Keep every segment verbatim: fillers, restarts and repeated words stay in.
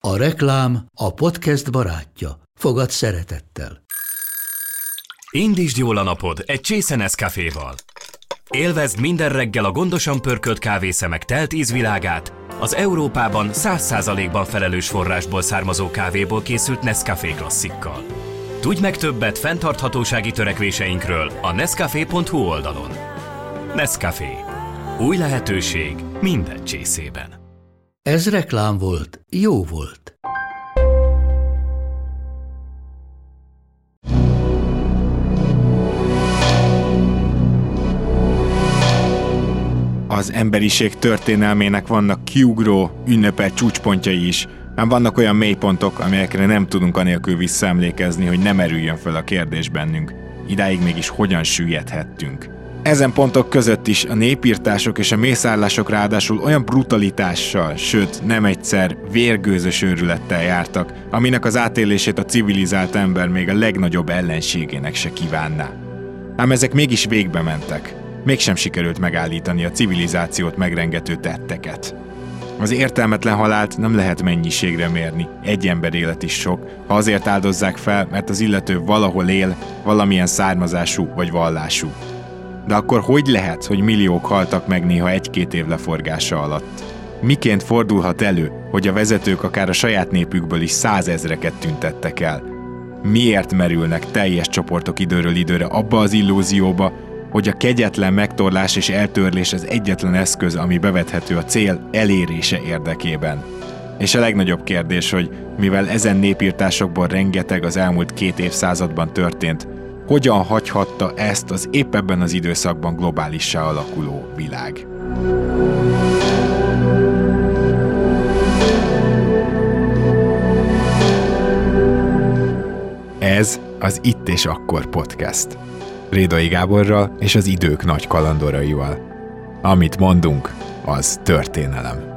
A reklám a podcast barátja. Fogad szeretettel. Indítsd jól a napod egy csésze Nescaféval. Élvezd minden reggel a gondosan pörkölt kávészemek telt ízvilágát, az Európában száz százalékban felelős forrásból származó kávéból készült Nescafé klasszikkal. Tudj meg többet fenntarthatósági törekvéseinkről a nescafé pont hu oldalon. Nescafé. Új lehetőség minden csészében. Ez reklám volt, jó volt. Az emberiség történelmének vannak kiugró, ünnepelt csúcspontjai is, ám vannak olyan mélypontok, amelyekre nem tudunk anélkül visszaemlékezni, hogy nem erüljön föl a kérdés bennünk. Idáig mégis hogyan süllyedhettünk? Ezen pontok között is a népirtások és a mészárlások ráadásul olyan brutalitással, sőt nem egyszer vérgőzös őrülettel jártak, aminek az átélését a civilizált ember még a legnagyobb ellenségének se kívánná. Ám ezek mégis végbe mentek. Mégsem sikerült megállítani a civilizációt megrengető tetteket. Az értelmetlen halált nem lehet mennyiségre mérni, egy ember élet is sok, ha azért áldozzák fel, mert az illető valahol él, valamilyen származású vagy vallású. De akkor hogy lehet, hogy milliók haltak meg néha egy-két év leforgása alatt? Miként fordulhat elő, hogy a vezetők akár a saját népükből is százezreket tüntettek el? Miért merülnek teljes csoportok időről időre abba az illúzióba, hogy a kegyetlen megtorlás és eltörlés az egyetlen eszköz, ami bevethető a cél elérése érdekében? És a legnagyobb kérdés, hogy mivel ezen népirtásokból rengeteg az elmúlt két évszázadban történt, hogyan hagyhatta ezt az épp ebben az időszakban globálissá alakuló világ? Ez az Itt és Akkor podcast. Rédai Gáborral és az idők nagy kalandoraival. Amit mondunk, az történelem.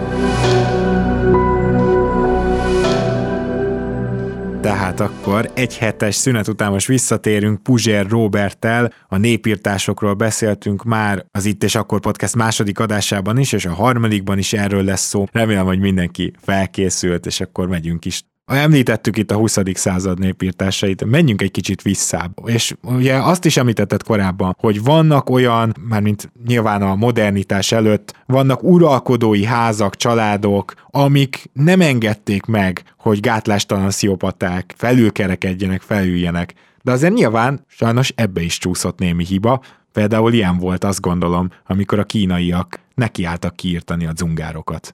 Tehát akkor egy hetes szünet után most visszatérünk Puzsér Róberttel, a népirtásokról beszéltünk már az Itt és Akkor podcast második adásában is, és a harmadikban is erről lesz szó. Remélem, hogy mindenki felkészült, és akkor megyünk is. Említettük itt a huszadik század népirtásait, menjünk egy kicsit vissza. És ugye azt is említetted korábban, hogy vannak olyan, mármint nyilván a modernitás előtt, vannak uralkodói házak, családok, amik nem engedték meg, hogy gátlástalan sziopaták felülkerekedjenek, felüljenek. De azért nyilván sajnos ebbe is csúszott némi hiba. Például ilyen volt, azt gondolom, amikor a kínaiak nekiálltak kiírtani a dzungárokat.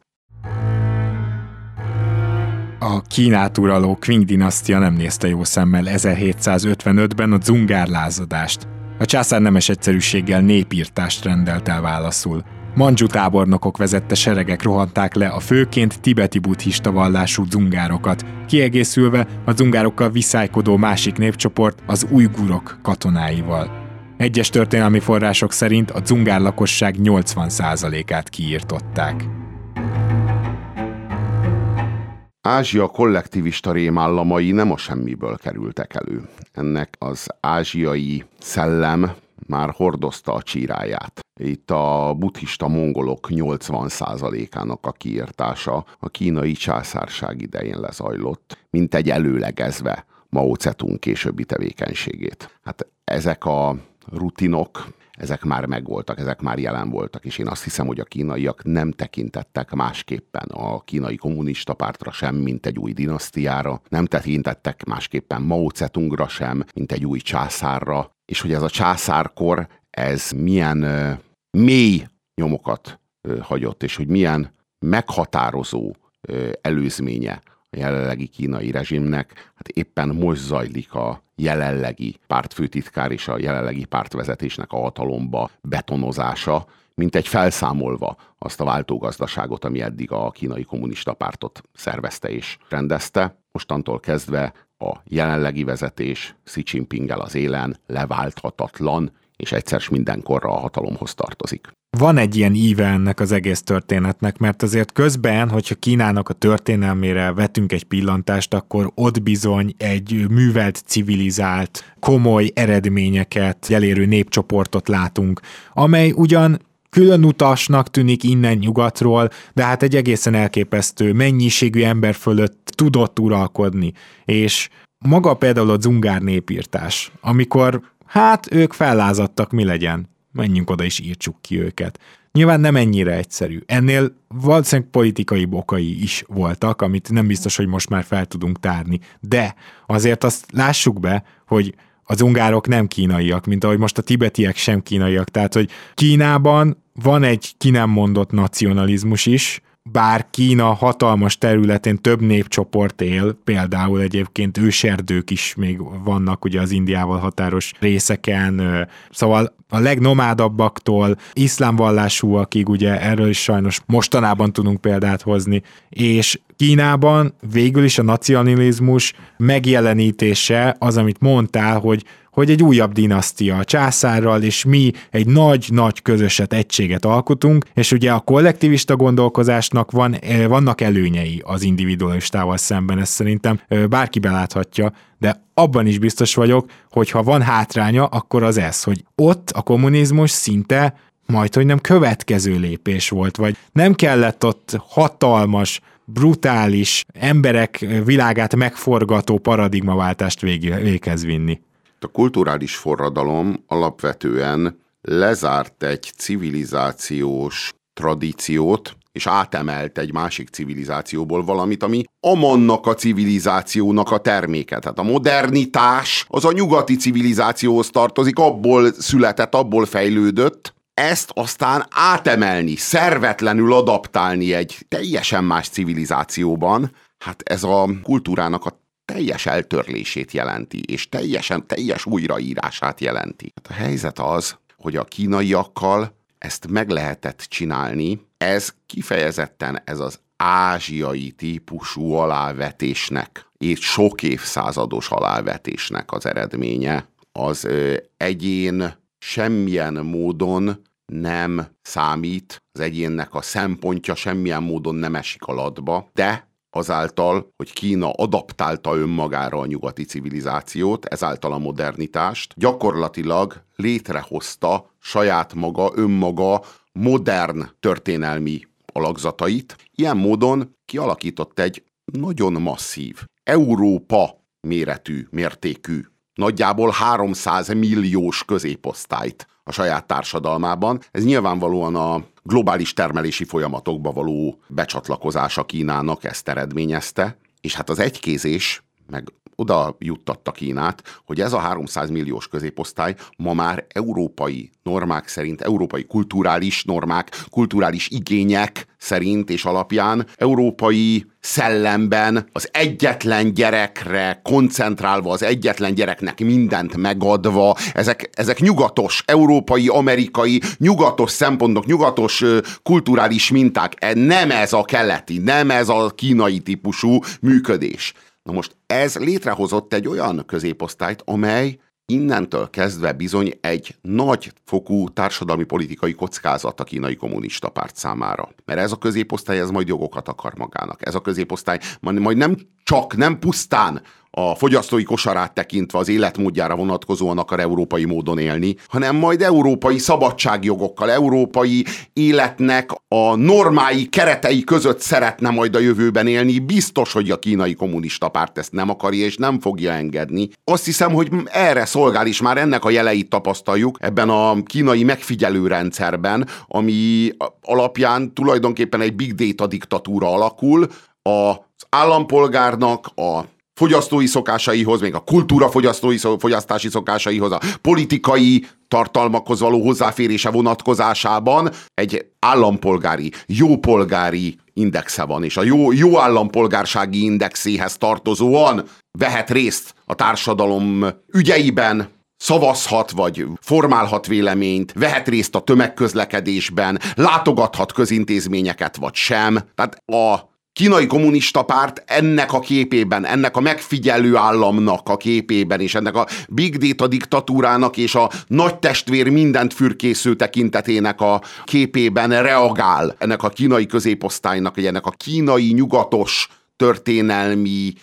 A Kínát uraló Qing-dinasztia nem nézte jó szemmel ezerhétszázötvenötben a dzungár lázadást. A császár nemes egyszerűséggel népírtást rendelt el válaszul. Mandzsu tábornokok vezette seregek rohanták le a főként tibeti buddhista vallású dzungárokat, kiegészülve a dzungárokkal viszálykodó másik népcsoport, az ujgurok katonáival. Egyes történelmi források szerint a dzungár lakosság nyolcvan százalékát kiirtották. Ázsia kollektivista rémállamai nem a semmiből kerültek elő. Ennek az ázsiai szellem már hordozta a csíráját. Itt a buddhista mongolok nyolcvan százalékának a kiirtása a kínai császárság idején lezajlott, mint egy előlegezve Mao Zedong későbbi tevékenységét. Hát ezek a rutinok, ezek már megvoltak, ezek már jelen voltak, és én azt hiszem, hogy a kínaiak nem tekintettek másképpen a kínai kommunista pártra sem, mint egy új dinasztiára, nem tekintettek másképpen Mao Zedongra sem, mint egy új császárra, és hogy ez a császárkor, ez milyen ö, mély nyomokat ö, hagyott, és hogy milyen meghatározó ö, előzménye a jelenlegi kínai rezsimnek, hát éppen most zajlik a jelenlegi pártfőtitkár és a jelenlegi pártvezetésnek a hatalomba betonozása, mint egy felszámolva azt a váltógazdaságot, ami eddig a kínai kommunista pártot szervezte és rendezte. Mostantól kezdve a jelenlegi vezetés Xi Jinpinggel az élen leválthatatlan, és egyszer s mindenkorra a hatalomhoz tartozik. Van egy ilyen íve ennek az egész történetnek, mert azért közben, hogyha Kínának a történelmére vetünk egy pillantást, akkor ott bizony egy művelt, civilizált, komoly eredményeket elérő népcsoportot látunk, amely ugyan külön utasnak tűnik innen nyugatról, de hát egy egészen elképesztő mennyiségű ember fölött tudott uralkodni. És maga például a dzungár népírtás, amikor hát ők fellázadtak, mi legyen, menjünk oda és írtsuk ki őket. Nyilván nem ennyire egyszerű. Ennél valószínűleg politikai okai is voltak, amit nem biztos, hogy most már fel tudunk tárni. De azért azt lássuk be, hogy az ungárok nem kínaiak, mint ahogy most a tibetiek sem kínaiak. Tehát, hogy Kínában van egy ki nem mondott nacionalizmus is, bár Kína hatalmas területén több népcsoport él, például egyébként őserdők is még vannak ugye az Indiával határos részeken, szóval a legnomádabbaktól iszlámvallásúakig, ugye erről is sajnos mostanában tudunk példát hozni, és Kínában végül is a nacionalizmus megjelenítése az, amit mondtál, hogy hogy egy újabb dinasztia a császárral, és mi egy nagy-nagy közöset, egységet alkotunk, és ugye a kollektivista gondolkozásnak van, vannak előnyei az individualistával szemben, ezt szerintem bárki beláthatja, de abban is biztos vagyok, hogy ha van hátránya, akkor az ez, hogy ott a kommunizmus szinte majdhogy nem következő lépés volt, vagy nem kellett ott hatalmas, brutális, emberek világát megforgató paradigmaváltást véghez vinni. A kulturális forradalom alapvetően lezárt egy civilizációs tradíciót, és átemelt egy másik civilizációból valamit, ami amannak a civilizációnak a terméke. Tehát a modernitás az a nyugati civilizációhoz tartozik, abból született, abból fejlődött. Ezt aztán átemelni, szervetlenül adaptálni egy teljesen más civilizációban, hát ez a kultúrának a teljes eltörlését jelenti, és teljesen teljes újraírását jelenti. A helyzet az, hogy a kínaiakkal ezt meg lehetett csinálni, ez kifejezetten ez az ázsiai típusú alávetésnek, és sok évszázados alávetésnek az eredménye. Az ö, egyén semmilyen módon nem számít, az egyénnek a szempontja semmilyen módon nem esik a latba, de azáltal, hogy Kína adaptálta önmagára a nyugati civilizációt, ezáltal a modernitást, gyakorlatilag létrehozta saját maga, önmaga modern történelmi alakzatait. Ilyen módon kialakított egy nagyon masszív, Európa méretű, mértékű, nagyjából háromszáz milliós középosztályt a saját társadalmában. Ez nyilvánvalóan a globális termelési folyamatokba való becsatlakozása Kínának ezt eredményezte, és hát az egykézés meg oda juttatta Kínát, hogy ez a háromszáz milliós középosztály ma már európai normák szerint, európai kulturális normák, kulturális igények szerint és alapján, európai szellemben az egyetlen gyerekre koncentrálva, az egyetlen gyereknek mindent megadva, ezek, ezek nyugatos, európai, amerikai, nyugatos szempontok, nyugatos uh, kulturális minták. Nem ez a keleti, nem ez a kínai típusú működés. Na most ez létrehozott egy olyan középosztályt, amely innentől kezdve bizony egy nagy fokú társadalmi politikai kockázat a kínai kommunista párt számára. Mert ez a középosztály, ez majd jogokat akar magának. Ez a középosztály majd nem csak, nem pusztán a fogyasztói kosarát tekintve az életmódjára vonatkozóan akar európai módon élni, hanem majd európai szabadságjogokkal, európai életnek a normái, keretei között szeretne majd a jövőben élni. Biztos, hogy a kínai kommunista párt ezt nem akarja és nem fogja engedni. Azt hiszem, hogy erre szolgál is, már ennek a jeleit tapasztaljuk ebben a kínai megfigyelő rendszerben, ami alapján tulajdonképpen egy big data diktatúra alakul, az állampolgárnak a fogyasztói szokásaihoz, még a kultúra fogyasztói, fogyasztási szokásaihoz, a politikai tartalmakhoz való hozzáférése vonatkozásában egy állampolgári, jópolgári indexe van, és a jó, jó állampolgársági indexéhez tartozóan vehet részt a társadalom ügyeiben, szavazhat, vagy formálhat véleményt, vehet részt a tömegközlekedésben, látogathat közintézményeket, vagy sem. Tehát a kínai kommunista párt ennek a képében, ennek a megfigyelő államnak a képében, és ennek a big data diktatúrának és a nagy testvér mindent fürkésző tekintetének a képében reagál ennek a kínai középosztálynak, vagy ennek a kínai nyugatos történelmi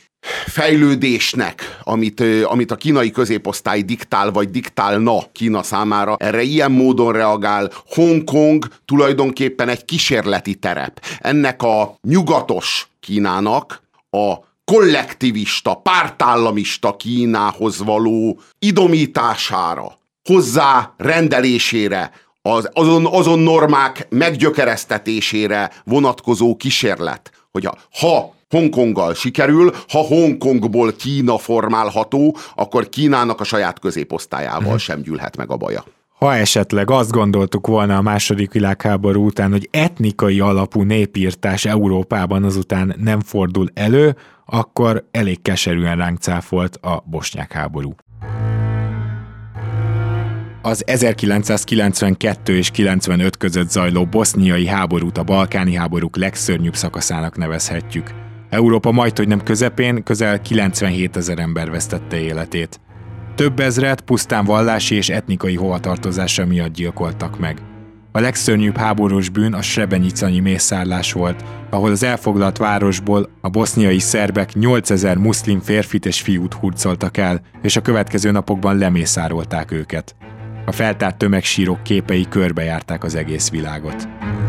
fejlődésnek, amit, amit a kínai középosztály diktál, vagy diktálna Kína számára, erre ilyen módon reagál. Hongkong tulajdonképpen egy kísérleti terep. Ennek a nyugatos Kínának a kollektivista, pártállamista Kínához való idomítására, hozzá rendelésére, az, azon, azon normák meggyökeresztetésére vonatkozó kísérlet, hogy ha Hongkonggal sikerül, ha Hongkongból Kína formálható, akkor Kínának a saját középosztályával hmm. sem gyűlhet meg a baja. Ha esetleg azt gondoltuk volna a második világháború után, hogy etnikai alapú népírtás Európában azután nem fordul elő, akkor elég keserűen ránk cáfolt a bosnyák háború. Az ezerkilencszázkilencvenkettő és kilencvenöt között zajló boszniai háborút a balkáni háborúk legszörnyűbb szakaszának nevezhetjük. Európa majdhogy nem közepén közel kilencvenhétezer ember vesztette életét. Több ezret pusztán vallási és etnikai hovatartozása miatt gyilkoltak meg. A legszörnyűbb háborús bűn a srebrenicai mészárlás volt, ahol az elfoglalt városból a boszniai szerbek nyolcezer muszlim férfit és fiút hurcoltak el, és a következő napokban lemészárolták őket. A feltárt tömegsírok képei körbejárták az egész világot.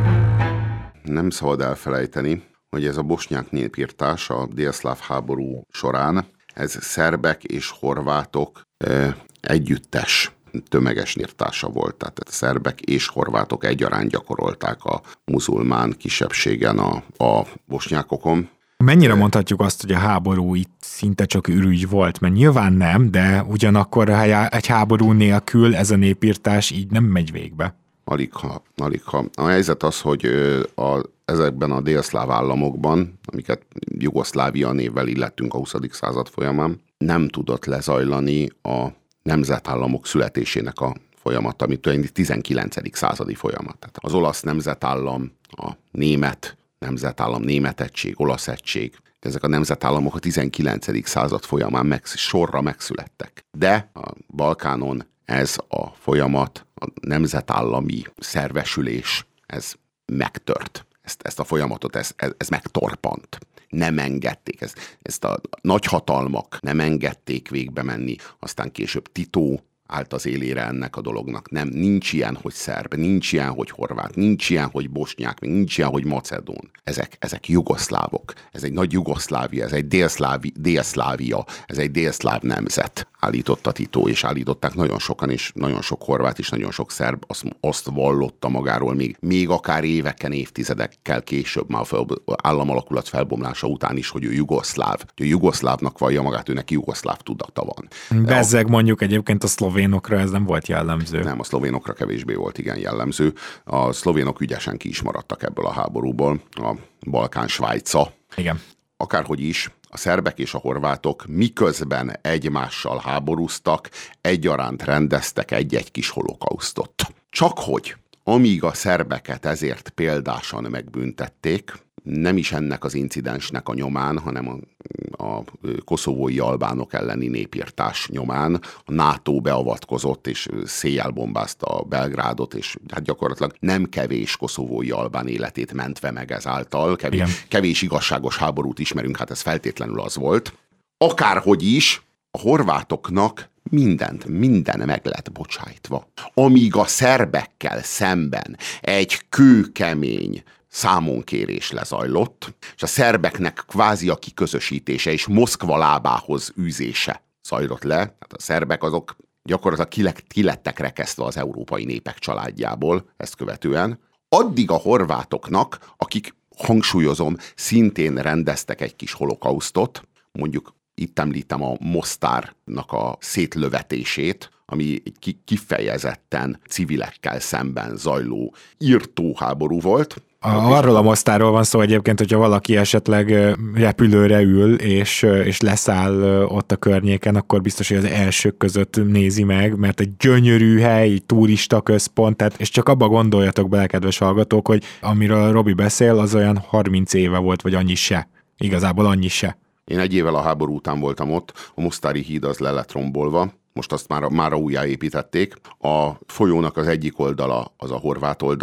Nem szabad elfelejteni, hogy ez a bosnyák népírtás a délszláv háború során, ez szerbek és horvátok e, együttes tömeges népírtása volt. Tehát a szerbek és horvátok egyaránt gyakorolták a muzulmán kisebbségen a, a bosnyákokon. Mennyire mondhatjuk azt, hogy a háború itt szinte csak ürügy volt? Mert nyilván nem, de ugyanakkor egy háború nélkül ez a népírtás így nem megy végbe. Aligha, aligha. A helyzet az, hogy a, ezekben a délszláv államokban, amiket Jugoszlávia névvel illettünk a huszadik század folyamán, nem tudott lezajlani a nemzetállamok születésének a folyamat, ami tulajdonképpen tizenkilencedik századi folyamat. Tehát az olasz nemzetállam, a német nemzetállam, német egység, olasz egység. Ezek a nemzetállamok a tizenkilencedik század folyamán meg, sorra megszülettek. De a Balkánon ez a folyamat, a nemzetállami szervesülés, ez megtört. Ezt, ezt a folyamatot, ez, ez, ez megtorpant. Nem engedték, ezt, ezt a nagyhatalmak nem engedték végbe menni, aztán később Tito állt az élére ennek a dolognak. Nem, nincs ilyen, hogy szerb, nincs ilyen, hogy horvát, nincs ilyen, hogy bosnyák, nincs ilyen, hogy macedón. Ezek, ezek jugoszlávok. Ez egy nagy Jugoszlávia, ez egy délszlávi, délszlávia, ez egy délszláv nemzet. Állította Tito, és állították nagyon sokan, és nagyon sok horvát, és nagyon sok szerb azt, azt vallotta magáról, még, még akár éveken, évtizedekkel később, már fel, államalakulat felbomlása után is, hogy ő jugoszláv. Hogy ő jugoszlávnak vallja magát, ő neki jugoszláv tudata van. Bezzeg mondjuk egyébként a szlovénokra ez nem volt jellemző. Nem, a szlovénokra kevésbé volt igen jellemző. A szlovénok ügyesen ki is maradtak ebből a háborúból. A Balkán Svájca. Igen. Akárhogy is, a szerbek és a horvátok miközben egymással háborúztak, egyaránt rendeztek egy-egy kis holokausztot. Csak hogy, amíg a szerbeket ezért példásan megbüntették, nem is ennek az incidensnek a nyomán, hanem a, a koszovói albánok elleni népírtás nyomán a NATO beavatkozott, és széjjel bombázta Belgrádot, és hát gyakorlatilag nem kevés koszovói albán életét mentve meg ezáltal. Kevés, kevés igazságos háborút ismerünk, hát ez feltétlenül az volt. Akárhogy is, a horvátoknak mindent, minden meg lett bocsájtva. Amíg a szerbekkel szemben egy kőkemény számonkérés lezajlott, és a szerbeknek kvázi a kiközösítése és Moszkva lábához űzése zajlott le. Tehát a szerbek azok gyakorlatilag ki lettek rekesztve az európai népek családjából ezt követően. Addig a horvátoknak, akik, hangsúlyozom, szintén rendeztek egy kis holokausztot, mondjuk itt említem a Mostárnak a szétlövetését, ami egy kifejezetten civilekkel szemben zajló írtó háború volt. Arról a Mostárról van szó egyébként, hogyha valaki esetleg repülőre ül, és, és leszáll ott a környéken, akkor biztos, hogy az elsők között nézi meg, mert egy gyönyörű hely, turista központ, tehát, és csak abba gondoljatok bele, kedves hallgatók, hogy amiről Robi beszél, az olyan harminc éve volt, vagy annyi se. Igazából annyi se. Én egy évvel a háború után voltam ott, a Mostári híd az le lett rombolva, most azt már, már újjáépítették. A folyónak az egyik oldala az a horvát oldal,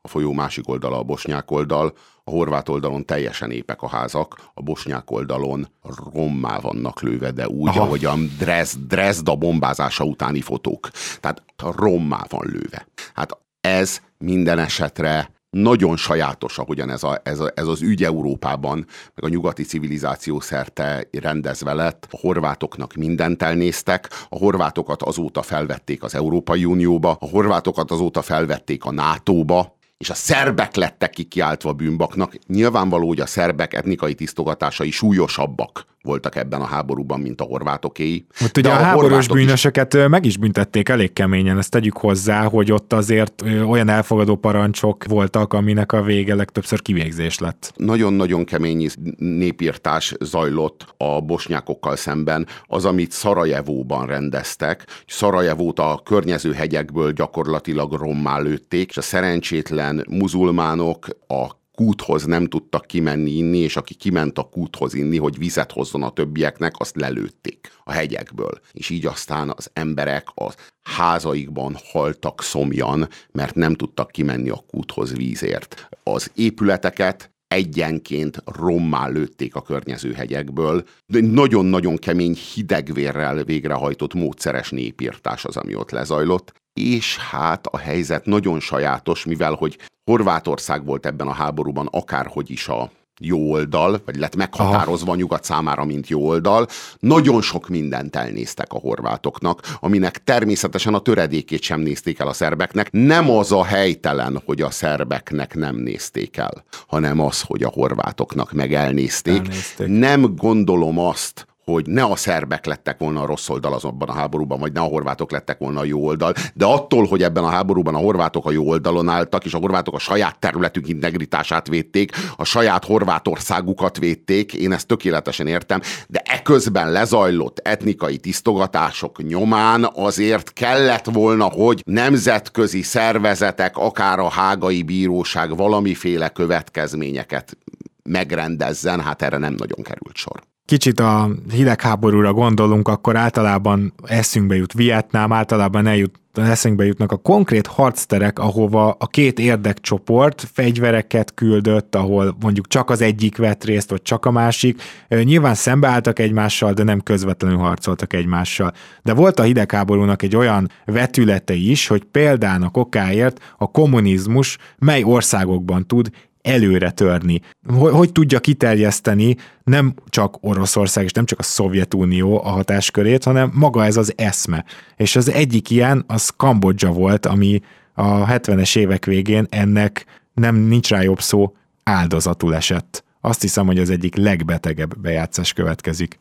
a folyó másik oldala a bosnyák oldal, a horvát oldalon teljesen épek a házak, a bosnyák oldalon rommá vannak lőve, de úgy, Aha. ahogy a Dresd, Dresda bombázása utáni fotók. Tehát rommá van lőve. Hát ez minden esetre nagyon sajátos, ahogyan ez, a, ez, a, ez az ügy Európában, meg a nyugati civilizáció szerte rendezve lett. A horvátoknak mindent elnéztek, a horvátokat azóta felvették az Európai Unióba, a horvátokat azóta felvették a nátóba, és a szerbek lettek kikiáltva bűnbaknak. Nyilvánvaló, hogy a szerbek etnikai tisztogatásai súlyosabbak voltak ebben a háborúban, mint a horvátokéi. Ott ugye a, a háborús bűnösöket is meg is büntették elég keményen, ezt tegyük hozzá, hogy ott azért olyan elfogadó parancsok voltak, aminek a vége legtöbbször kivégzés lett. Nagyon-nagyon kemény népírtás zajlott a bosnyákokkal szemben. Az, amit Szarajevóban rendeztek, Szarajevót a környező hegyekből gyakorlatilag rommá lőtték, és a szerencsétlen muzulmánok a kúthoz nem tudtak kimenni inni, és aki kiment a kúthoz inni, hogy vizet hozzon a többieknek, azt lelőtték a hegyekből. És így aztán az emberek a házaikban haltak szomjan, mert nem tudtak kimenni a kúthoz vízért. Az épületeket egyenként rommá lőtték a környező hegyekből. De nagyon-nagyon kemény hidegvérrel végrehajtott módszeres népírtás az, ami ott lezajlott. És hát a helyzet nagyon sajátos, mivel hogy Horvátország volt ebben a háborúban akárhogy is a jó oldal, vagy lett meghatározva a nyugat számára, mint jó oldal. Nagyon sok mindent elnéztek a horvátoknak, aminek természetesen a töredékét sem nézték el a szerbeknek. Nem az a helytelen, hogy a szerbeknek nem nézték el, hanem az, hogy a horvátoknak meg elnézték. elnézték. Nem gondolom azt, hogy ne a szerbek lettek volna a rossz oldal azonban a háborúban, vagy ne a horvátok lettek volna a jó oldal, de attól, hogy ebben a háborúban a horvátok a jó oldalon álltak, és a horvátok a saját területük integritását védték, a saját Horvátországukat védték, én ezt tökéletesen értem, de eközben lezajlott etnikai tisztogatások nyomán azért kellett volna, hogy nemzetközi szervezetek, akár a hágai bíróság valamiféle következményeket megrendezzen, hát erre nem nagyon került sor. Kicsit a hidegháborúra gondolunk, akkor általában eszünkbe jut Vietnám, általában eljut, eszünkbe jutnak a konkrét harcterek, ahova a két érdekcsoport fegyvereket küldött, ahol mondjuk csak az egyik vett részt, vagy csak a másik. Nyilván szembeálltak egymással, de nem közvetlenül harcoltak egymással. De volt a hidegháborúnak egy olyan vetülete is, hogy példának okáért a kommunizmus mely országokban tud előre törni. Hogy, hogy tudja kiterjeszteni nem csak Oroszország és nem csak a Szovjetunió a hatáskörét, hanem maga ez az eszme. És az egyik ilyen, az Kambodzsa volt, ami a hetvenes évek végén ennek nem nincs rá jobb szó, áldozatul esett. Azt hiszem, hogy az egyik legbetegebb bejátszás következik.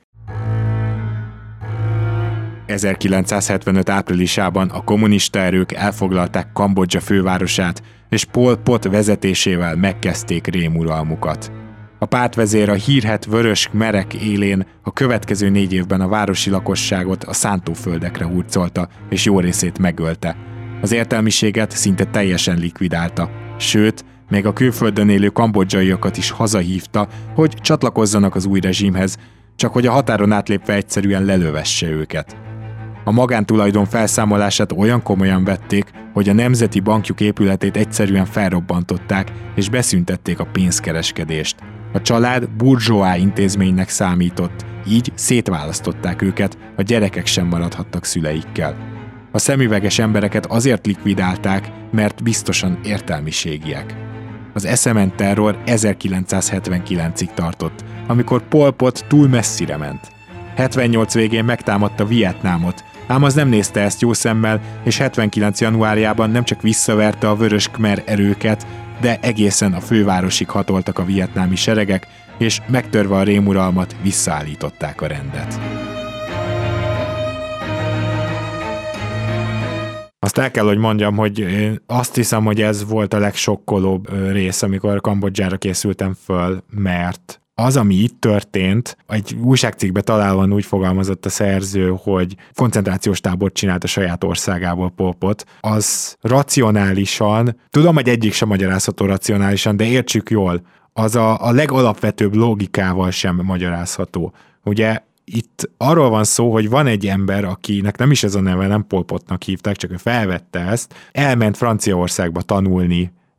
ezerkilencszázhetvenöt áprilisában a kommunista erők elfoglalták Kambodzsa fővárosát, és Pol Pot vezetésével megkezdték rémuralmukat. A pártvezér a hírhedt vörös merek élén a következő négy évben a városi lakosságot a szántóföldekre hurcolta, és jó részét megölte. Az értelmiséget szinte teljesen likvidálta, sőt, még a külföldön élő kambodzsaiakat is hazahívta, hogy csatlakozzanak az új rezsimhez, csak hogy a határon átlépve egyszerűen lelövesse őket. A magántulajdon felszámolását olyan komolyan vették, hogy a Nemzeti Bankjuk épületét egyszerűen felrobbantották, és beszüntették a pénzkereskedést. A család burzsóá intézménynek számított, így szétválasztották őket, a gyerekek sem maradhattak szüleikkel. A szemüveges embereket azért likvidálták, mert biztosan értelmiségiek. Az eszement terror ezerkilencszázhetvenkilencig tartott, amikor Pol Pot túl messzire ment. hetvennyolc végén megtámadta Vietnámot, ám az nem nézte ezt jó szemmel, és hetvenkilenc januárjában nem csak visszaverte a vörös khmer erőket, de egészen a fővárosig hatoltak a vietnámi seregek, és megtörve a rémuralmat visszaállították a rendet. Azt el kell, hogy mondjam, hogy én azt hiszem, hogy ez volt a legsokkolóbb rész, amikor Kambodzsára készültem föl, mert az, ami itt történt, egy újságcikkben találva úgy fogalmazott a szerző, hogy koncentrációs tábort csinált a saját országából Pol Pot, az racionálisan, tudom, hogy egyik sem magyarázható racionálisan, de értsük jól, az a, a legalapvetőbb logikával sem magyarázható. Ugye itt arról van szó, hogy van egy ember, akinek nem is ez a neve, nem Pol Potnak hívták, csak ő felvette ezt, elment Franciaországba tanulni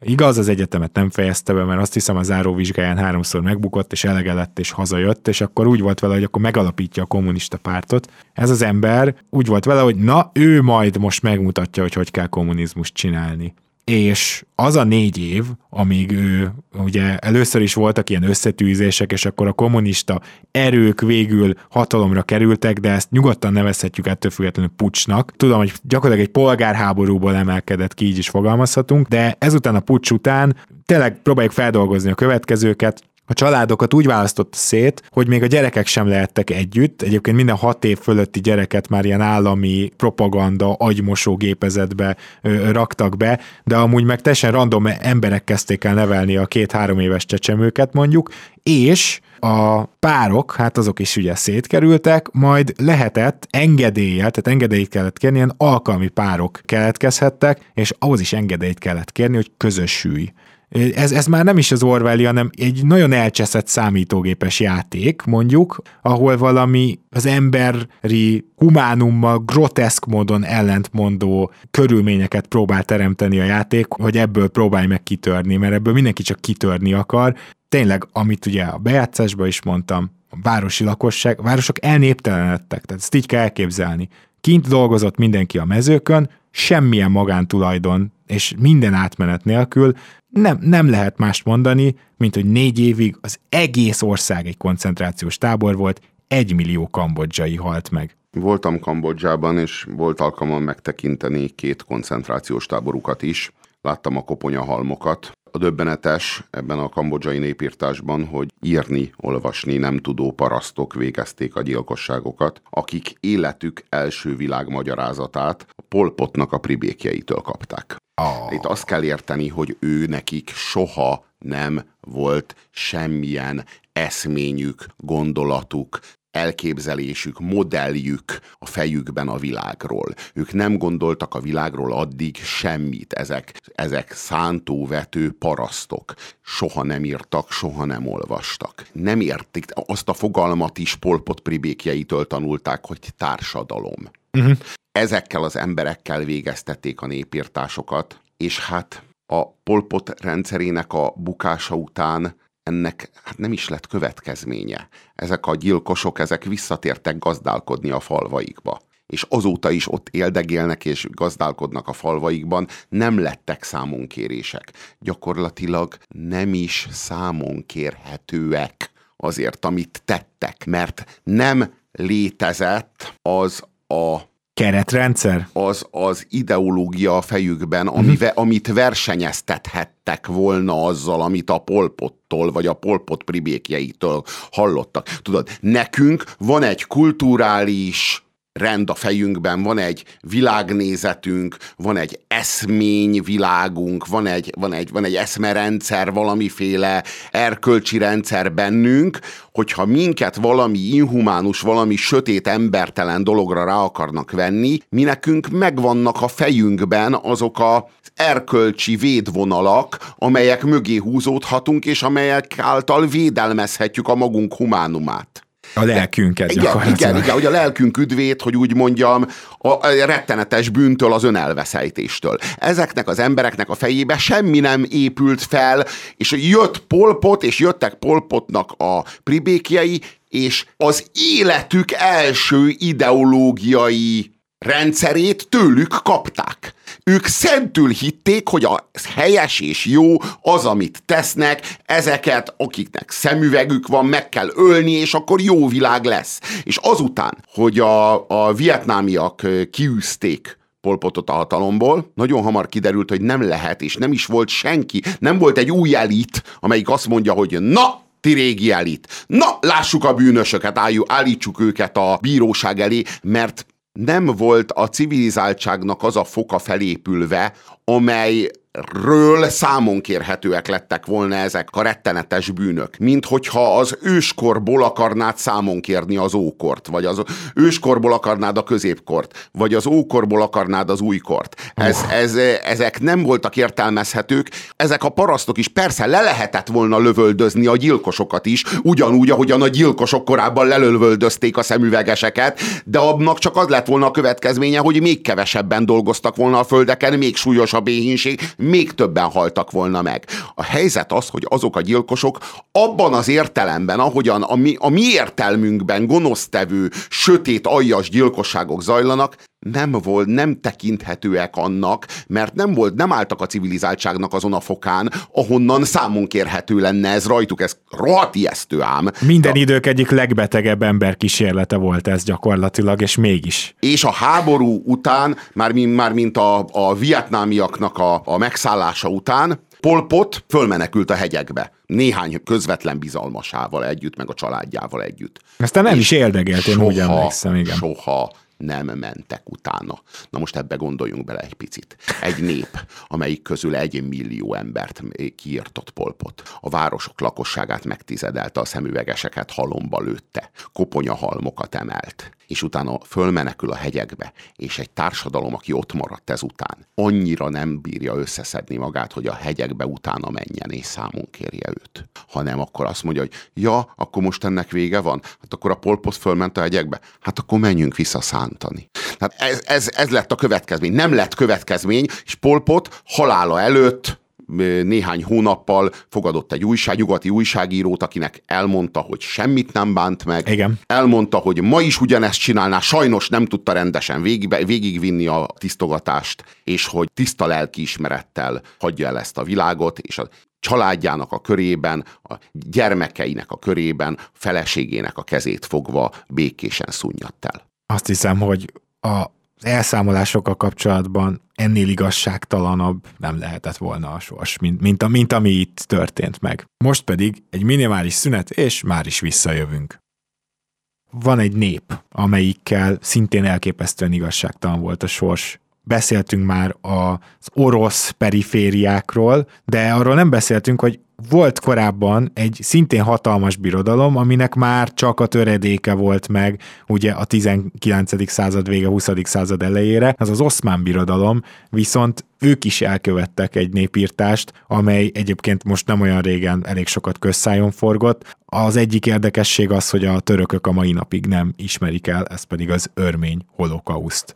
Igaz, az egyetemet nem fejezte be, mert azt hiszem a záróvizsgáján háromszor megbukott, és elege lett, és hazajött, és akkor úgy volt vele, hogy akkor megalapítja a kommunista pártot. Ez az ember úgy volt vele, hogy na, ő majd most megmutatja, hogy hogy kell kommunizmust csinálni. És az a négy év, amíg ő, ugye először is voltak ilyen összetűzések, és akkor a kommunista erők végül hatalomra kerültek, de ezt nyugodtan nevezhetjük ettől függetlenül puccsnak. Tudom, hogy gyakorlatilag egy polgárháborúból emelkedett ki, így is fogalmazhatunk, de ezután a puccs után tényleg próbáljuk feldolgozni a következőket. A családokat úgy választotta szét, hogy még a gyerekek sem lehettek együtt. Egyébként minden hat év fölötti gyereket már ilyen állami propaganda, agymosó gépezetbe ö, raktak be, de amúgy meg teljesen random emberek kezdték el nevelni a két-három éves csecsemőket mondjuk, és a párok, hát azok is ugye szétkerültek, majd lehetett engedéllyel, tehát engedélyt kellett kérni, ilyen alkalmi párok keletkezhettek, és ahhoz is engedélyt kellett kérni, hogy közösülj. Ez, ez már nem is az Orwelli, hanem egy nagyon elcseszett számítógépes játék, mondjuk, ahol valami az emberi humánummal groteszk módon ellentmondó körülményeket próbál teremteni a játék, hogy ebből próbálj meg kitörni, mert ebből mindenki csak kitörni akar. Tényleg, amit ugye a bejátszásban is mondtam, a városi lakosság, a városok elnéptelenedtek, tehát ezt így kell elképzelni. Kint dolgozott mindenki a mezőkön, semmilyen magántulajdon, és minden átmenet nélkül, Nem, nem lehet mást mondani, mint hogy négy évig az egész ország egy koncentrációs tábor volt, egy millió kambodzsai halt meg. Voltam Kambodzsában, és volt alkalmam megtekinteni két koncentrációs táborukat is. Láttam a koponyahalmokat. A döbbenetes ebben a kambodzsai népírtásban, hogy írni, olvasni nem tudó parasztok végezték a gyilkosságokat, akik életük első világmagyarázatát a Pol Potnak a pribékjeitől kapták. Oh. Itt azt kell érteni, hogy ő nekik soha nem volt semmilyen eszményük, gondolatuk, elképzelésük, modelljük a fejükben a világról. Ők nem gondoltak a világról addig semmit. Ezek, ezek szántóvető parasztok. Soha nem írtak, soha nem olvastak. Nem értik, azt a fogalmat is Pol Pot pribékjeitől tanulták, hogy társadalom. Uh-huh. Ezekkel az emberekkel végeztették a népírtásokat, és hát a Pol Pot rendszerének a bukása után ennek hát nem is lett következménye. Ezek a gyilkosok, ezek visszatértek gazdálkodni a falvaikba. És azóta is ott éldegélnek és gazdálkodnak a falvaikban, nem lettek számonkérések. Gyakorlatilag nem is számonkérhetőek azért, amit tettek, mert nem létezett az a keretrendszer? Az az ideológia a fejükben, amive, uh-huh. amit versenyeztethettek volna azzal, amit a Pol Pottól, vagy a Pol Pot pribékjeitől hallottak. Tudod, nekünk van egy kulturális rend a fejünkben, van egy világnézetünk, van egy eszményvilágunk, van egy, van egy, van egy eszmerendszer, valamiféle erkölcsi rendszer bennünk, hogyha minket valami inhumánus, valami sötét, embertelen dologra rá akarnak venni, mi nekünk megvannak a fejünkben azok az erkölcsi védvonalak, amelyek mögé húzódhatunk, és amelyek által védelmezhetjük a magunk humánumát. A lelkünket igen, gyakorlatilag. Igen, igen, hogy a lelkünk üdvét, hogy úgy mondjam, a rettenetes bűntől, az önelveszejtéstől. Ezeknek az embereknek a fejébe semmi nem épült fel, és jött Pol Pot, és jöttek Pol Potnak a pribékjei, és az életük első ideológiai rendszerét tőlük kapták. Ők szentül hitték, hogy a helyes és jó az, amit tesznek, ezeket, akiknek szemüvegük van, meg kell ölni, és akkor jó világ lesz. És azután, hogy a, a vietnámiak kiűzték Pol Potot a hatalomból, nagyon hamar kiderült, hogy nem lehet, és nem is volt senki, nem volt egy új elit, amelyik azt mondja, hogy na, ti régi elit, na, lássuk a bűnösöket, álljuk, állítsuk őket a bíróság elé, mert nem volt a civilizáltságnak az a foka felépülve, amelyről számon kérhetőek lettek volna ezek a rettenetes bűnök. Mint hogyha az őskorból akarnád számon kérni az ókort, vagy az őskorból akarnád a középkort, vagy az ókorból akarnád az újkort. Ez, ez, ezek nem voltak értelmezhetők. Ezek a parasztok is persze le lehetett volna lövöldözni a gyilkosokat is, ugyanúgy, ahogyan a gyilkosok korábban lelövöldözték a szemüvegeseket, de abnak csak az lett volna a következménye, hogy még kevesebben dolgoztak volna a földeken, még súlyosabb éhínség, még többen haltak volna meg. A helyzet az, hogy azok a gyilkosok abban az értelemben, ahogyan a mi, a mi értelmünkben gonosztevő, sötét, aljas gyilkosságok zajlanak, nem volt, nem tekinthetőek annak, mert nem volt, nem álltak a civilizáltságnak azon a fokán, ahonnan számon kérhető lenne ez rajtuk, ez rohadt ijesztő ám. Minden de, idők egyik legbetegebb emberkísérlete volt ez gyakorlatilag, és mégis. És a háború után, már, már mint a, a vietnámiaknak a, a megszállása után, Pol Pot fölmenekült a hegyekbe. Néhány közvetlen bizalmasával együtt, meg a családjával együtt. Aztán nem is érdegelt, én soha, úgy emlékszem, igen. Soha nem mentek utána. Na most ebbe gondoljunk bele egy picit. Egy nép, amelyik közül egy millió embert kiirtott Pol Pot. A városok lakosságát megtizedelte, a szemüvegeseket halomba lőtte, koponyahalmokat emelt, és utána fölmenekül a hegyekbe, és egy társadalom, aki ott maradt ezután, annyira nem bírja összeszedni magát, hogy a hegyekbe utána menjen és számon kérje őt. Hanem akkor azt mondja, hogy ja, akkor most ennek vége van? Hát akkor a Pol Pot fölment a hegyekbe? Hát akkor menjünk vissza szántani. Tehát ez, ez, ez lett a következmény. Nem lett következmény, és Pol Pot halála előtt néhány hónappal fogadott egy újság, nyugati újságírót, akinek elmondta, hogy semmit nem bánt meg. Igen. Elmondta, hogy ma is ugyanezt csinálná, sajnos nem tudta rendesen végig, végigvinni a tisztogatást, és hogy tiszta lelkiismerettel hagyja el ezt a világot, és a családjának a körében, a gyermekeinek a körében, a feleségének a kezét fogva békésen szunyadt el. Azt hiszem, hogy a elszámolásokkal kapcsolatban ennél igazságtalanabb nem lehetett volna a sors, mint, mint, a, mint ami itt történt meg. Most pedig egy minimális szünet, és már is visszajövünk. Van egy nép, amelyikkel szintén elképesztően igazságtalan volt a sors. Beszéltünk már az orosz perifériákról, de arról nem beszéltünk, hogy volt korábban egy szintén hatalmas birodalom, aminek már csak a töredéke volt meg ugye a tizenkilencedik század vége, huszadik század elejére, az az oszmán birodalom, viszont ők is elkövettek egy népírtást, amely egyébként most nem olyan régen elég sokat közszájon forgott. Az egyik érdekesség az, hogy a törökök a mai napig nem ismerik el, ez pedig az örmény holokauszt.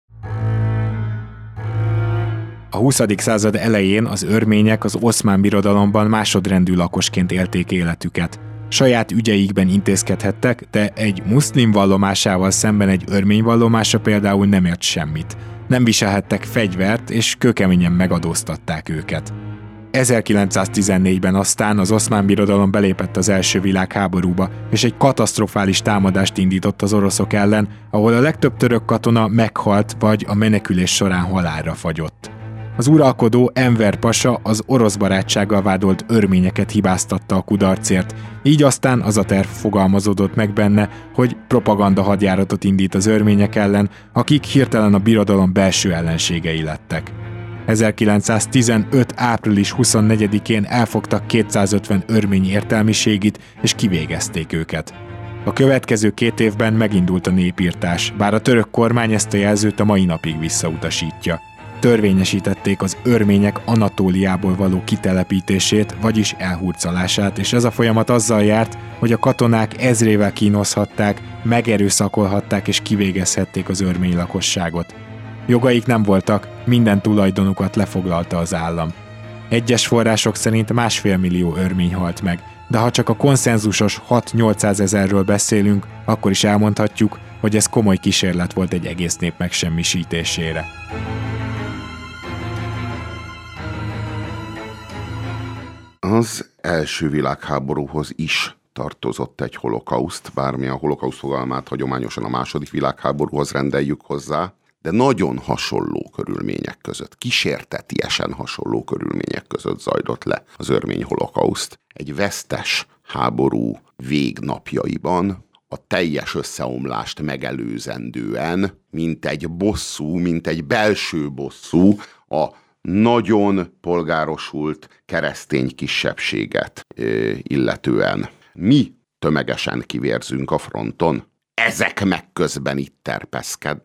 A huszadik század elején az örmények az oszmán birodalomban másodrendű lakosként élték életüket. Saját ügyeikben intézkedhettek, de egy muszlim vallomásával szemben egy örmény vallomása például nem ért semmit. Nem viselhettek fegyvert, és kőkeményen megadóztatták őket. ezerkilencszáztizennégyben aztán az oszmán birodalom belépett az első világháborúba, és egy katasztrofális támadást indított az oroszok ellen, ahol a legtöbb török katona meghalt vagy a menekülés során halálra fagyott. Az uralkodó Enver pasa az orosz barátsággal vádolt örményeket hibáztatta a kudarcért, így aztán az a terv fogalmazódott meg benne, hogy propaganda hadjáratot indít az örmények ellen, akik hirtelen a birodalom belső ellenségei lettek. ezerkilencszáztizenöt április huszonnegyedikén elfogtak kétszázötven örmény értelmiségit, és kivégezték őket. A következő két évben megindult a népírtás, bár a török kormány ezt a jelzőt a mai napig visszautasítja. Törvényesítették az örmények Anatóliából való kitelepítését, vagyis elhurcolását, és ez a folyamat azzal járt, hogy a katonák ezrével kínozhatták, megerőszakolhatták és kivégezhették az örmény lakosságot. Jogaik nem voltak, minden tulajdonukat lefoglalta az állam. Egyes források szerint másfél millió örmény halt meg, de ha csak a konszenzusos hat-nyolcszázezerről beszélünk, akkor is elmondhatjuk, hogy ez komoly kísérlet volt egy egész nép megsemmisítésére. Az első világháborúhoz is tartozott egy holokauszt, bármi a holokauszt fogalmát hagyományosan a második világháborúhoz rendeljük hozzá, de nagyon hasonló körülmények között, kísértetiesen hasonló körülmények között zajlott le az örmény holokauszt. Egy vesztes háború végnapjaiban, a teljes összeomlást megelőzendően, mint egy bosszú, mint egy belső bosszú, a nagyon polgárosult keresztény kisebbséget illetően. Mi tömegesen kivérzünk a fronton, ezek meg közben itt terpeszkednek.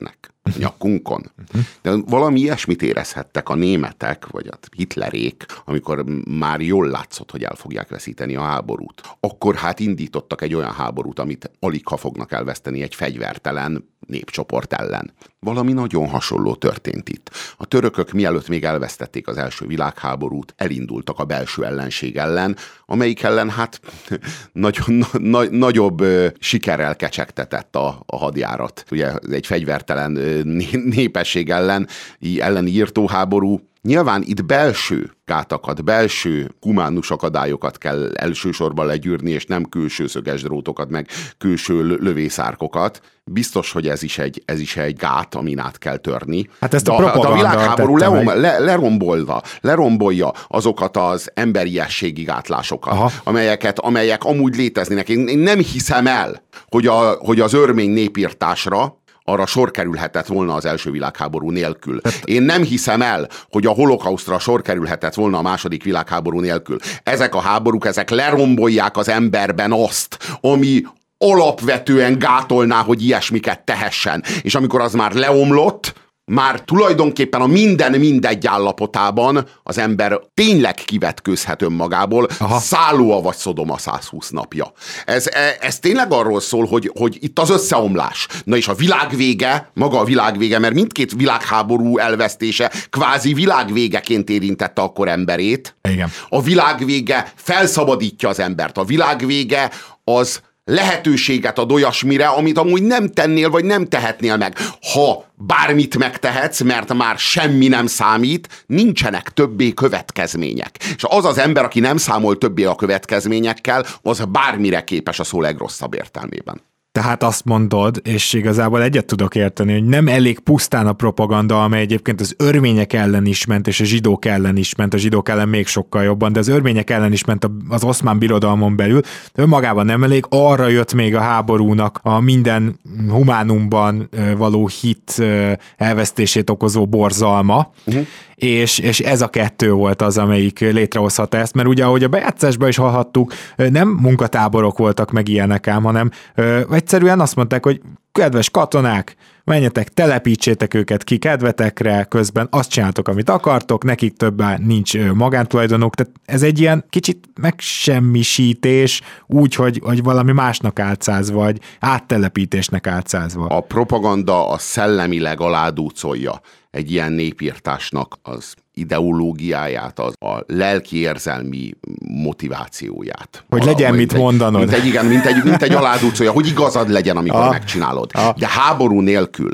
nyakunkon. De valami ilyesmit érezhettek a németek, vagy a hitlerék, amikor már jól látszott, hogy el fogják veszíteni a háborút. Akkor hát indítottak egy olyan háborút, amit alig ha fognak elveszteni egy fegyvertelen népcsoport ellen. Valami nagyon hasonló történt itt. A törökök mielőtt még elvesztették az első világháborút, elindultak a belső ellenség ellen, amelyik ellen hát nagyon, na, nagyobb ö, sikerrel kecsegtetett a, a hadjárat. Ugye egy fegyvertelen ö, népesség ellen, elleni írtóháború. Nyilván itt belső gátakat, belső humánus akadályokat kell elsősorban legyűrni, és nem külső szöges drótokat, meg külső lövészárkokat. Biztos, hogy ez is egy, ez is egy gát, amin át kell törni. Hát ezt a, a, a világháború lerom, le, lerombolva, lerombolja azokat az emberiességi gátlásokat, amelyeket, amelyek amúgy léteznének. Én, én nem hiszem el, hogy, a, hogy az örmény népírtásra arra sor kerülhetett volna az első világháború nélkül. Én nem hiszem el, hogy a holokausztra sor kerülhetett volna a második világháború nélkül. Ezek a háborúk, ezek lerombolják az emberben azt, ami alapvetően gátolná, hogy ilyesmiket tehessen. És amikor az már leomlott, már tulajdonképpen a minden mindegy állapotában az ember tényleg kivetkőzhet önmagából, szállóa vagy Szodoma százhúsz napja. Ez, ez tényleg arról szól, hogy, hogy itt az összeomlás. Na és a világvége, maga a világvége, mert mindkét világháború elvesztése kvázi világvégeként érintette akkor emberét. Igen. A világvége felszabadítja az embert. A világvége az lehetőséget ad olyasmire, amit amúgy nem tennél, vagy nem tehetnél meg. Ha bármit megtehetsz, mert már semmi nem számít, nincsenek többé következmények. És az az ember, aki nem számol többé a következményekkel, az bármire képes a szó legrosszabb értelmében. Tehát azt mondod, és igazából egyet tudok érteni, hogy nem elég pusztán a propaganda, amely egyébként az örmények ellen is ment, és a zsidók ellen is ment, a zsidók ellen még sokkal jobban, de az örmények ellen is ment az oszmán birodalmon belül, de önmagában nem elég, arra jött még a háborúnak a minden humánumban való hit elvesztését okozó borzalma, uh-huh. És, és ez a kettő volt az, amelyik létrehozhatta ezt, mert ugye, ahogy a bejátszásban is hallhattuk, nem munkatáborok voltak meg ilyenek ám, hanem ö, egyszerűen azt mondták, hogy kedves katonák, menjetek, telepítsétek őket ki kedvetekre, közben azt csináltok, amit akartok, nekik többá nincs magántulajdonuk, tehát ez egy ilyen kicsit megsemmisítés, úgy, hogy, hogy valami másnak álcázva, vagy áttelepítésnek álcázva. A propaganda a szellemileg aládúcolja egy ilyen népírtásnak az ideológiáját, az a lelki érzelmi motivációját. Hogy legyen mit egy, mondanod. Mint egy, igen, mint egy, mint egy aládúcolja, hogy igazad legyen, amikor ah, megcsinálod. Ah. De háború nélkül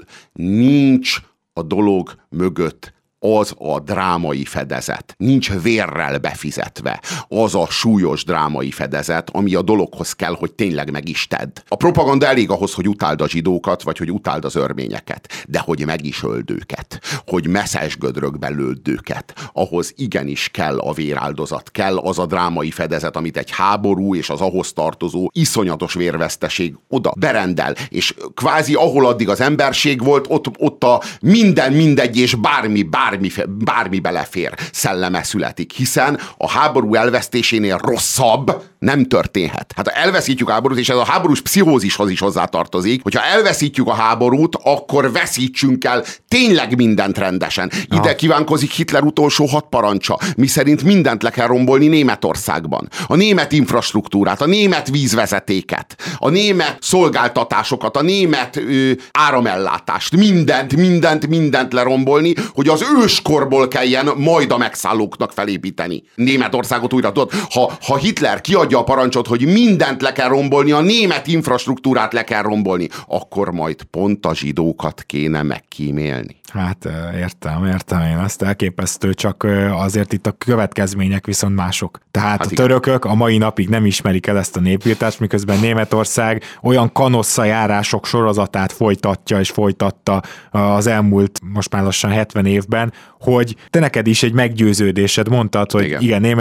nincs a dolog mögött az a drámai fedezet. Nincs vérrel befizetve. Az a súlyos drámai fedezet, ami a dologhoz kell, hogy tényleg meg is tedd. A propaganda elég ahhoz, hogy utáld a zsidókat, vagy hogy utáld az örményeket. De hogy meg is öld őket. Hogy messzes gödrökbe lőd őket. Ahhoz igenis kell a véráldozat. Kell az a drámai fedezet, amit egy háború és az ahhoz tartozó iszonyatos vérveszteség oda berendel. És kvázi ahol addig az emberség volt, ott, ott a minden mindegy és bármi, bármi Bármi, bármi belefér szelleme születik, hiszen a háború elvesztésénél rosszabb nem történhet. Hát ha elveszítjük a háborút, és ez a háborús pszichózishoz is hozzátartozik, hogyha elveszítjük a háborút, akkor veszítsünk el tényleg mindent rendesen. Ide ja. kívánkozik Hitler utolsó hat parancsa, miszerint mindent le kell rombolni Németországban. A német infrastruktúrát, a német vízvezetéket, a német szolgáltatásokat, a német ö, áramellátást, mindent, mindent, mindent lerombolni, hogy az őskorból kelljen majd a megszállóknak felépíteni Németországot újra. Tudod, ha, ha Hitler kiadja a parancsot, hogy mindent le kell rombolni, a német infrastruktúrát le kell rombolni, akkor majd pont a zsidókat kéne megkímélni. Hát értem, értem én azt, elképesztő, csak azért itt a következmények viszont mások. Tehát hát a törökök a mai napig nem ismerik el ezt a népírtást, miközben Németország olyan kanosszajárások sorozatát folytatja és folytatta az elmúlt most már lassan hetven évben, hogy te neked is egy meggyőződésed, mondtad, hogy igen, igen németek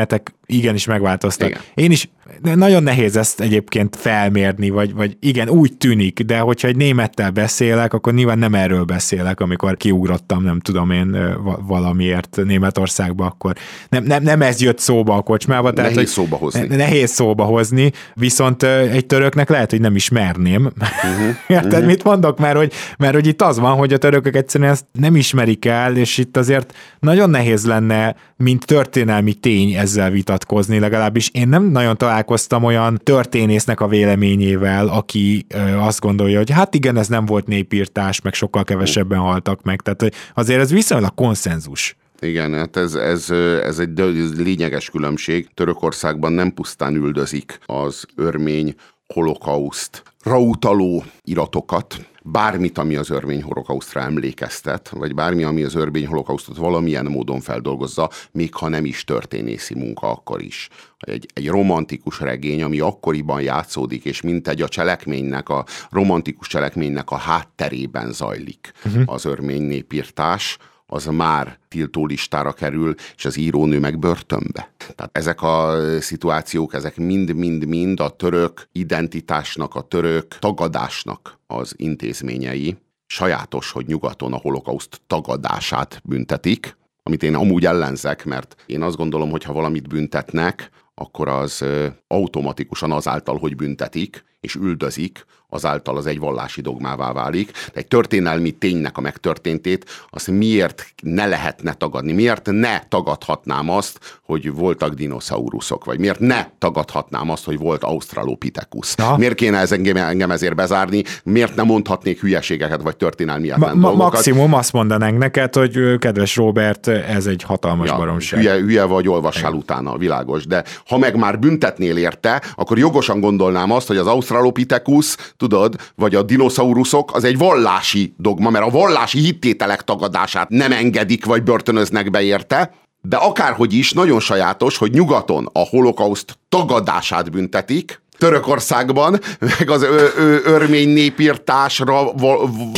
igenis megváltoztak. Igen. Én is nagyon nehéz ezt egyébként felmérni, vagy, vagy igen, úgy tűnik, de hogyha egy némettel beszélek, akkor nyilván nem erről beszélek, amikor kiugrottam, nem tudom én valamiért Németországba, akkor nem, nem, nem ez jött szóba a kocsmába. Nehéz tehát, szóba hozni. Nehéz szóba hozni, viszont egy töröknek lehet, hogy nem is merném. Uh-huh. Érted, uh-huh. mit mondok? Mert hogy, mert hogy itt az van, hogy a törökök egyszerűen ezt nem ismerik el, és itt azért nagyon nehéz lenne, mint történelmi tény ezzel vitatkozni, legalábbis én nem nagyon találkoztam olyan történésznek a véleményével, aki ö, azt gondolja, hogy hát igen, ez nem volt népírtás, meg sokkal kevesebben haltak meg, tehát azért ez viszonylag konszenzus. Igen, hát ez, ez, ez egy lényeges különbség. Törökországban nem pusztán üldözik az örmény holokausztra utaló iratokat, bármit, ami az örmény holokausztra emlékeztet, vagy bármi, ami az örmény holokausztot valamilyen módon feldolgozza, még ha nem is történészi munka, akkor is. Egy, egy romantikus regény, ami akkoriban játszódik, és mintegy a cselekménynek, a romantikus cselekménynek a hátterében zajlik uh-huh. az örmény népírtás, az már tiltólistára kerül, és az írónő meg börtönbe. Tehát ezek a szituációk, ezek mind-mind-mind a török identitásnak, a török tagadásnak az intézményei. Sajátos, hogy nyugaton a holokauszt tagadását büntetik, amit én amúgy ellenzek, mert én azt gondolom, hogy ha valamit büntetnek, akkor az automatikusan azáltal, hogy büntetik, és üldözik, azáltal az egy vallási dogmává válik. De egy történelmi ténynek a megtörténtét, azt miért ne lehetne tagadni? Miért ne tagadhatnám azt, hogy voltak dinoszauruszok? Vagy miért ne tagadhatnám azt, hogy volt Australopithecus? Na? Miért kéne ez engem, engem ezért bezárni? Miért nem mondhatnék hülyeségeket, vagy történelmietlen ma, dolgokat? Maximum azt mondanánk neked, hogy kedves Robert, ez egy hatalmas ja, baromság. Hülye, hülye vagy, olvassál utána, világos. De ha meg már büntetnél érte, akkor jogosan gondolnám azt, hogy az Australopithecus, tudod, vagy a dinoszauruszok, az egy vallási dogma, mert a vallási hittételek tagadását nem engedik, vagy börtönöznek be érte, de akárhogy is, nagyon sajátos, hogy nyugaton a holokauszt tagadását büntetik, Törökországban, meg az ö- ö- örmény népírtásra v-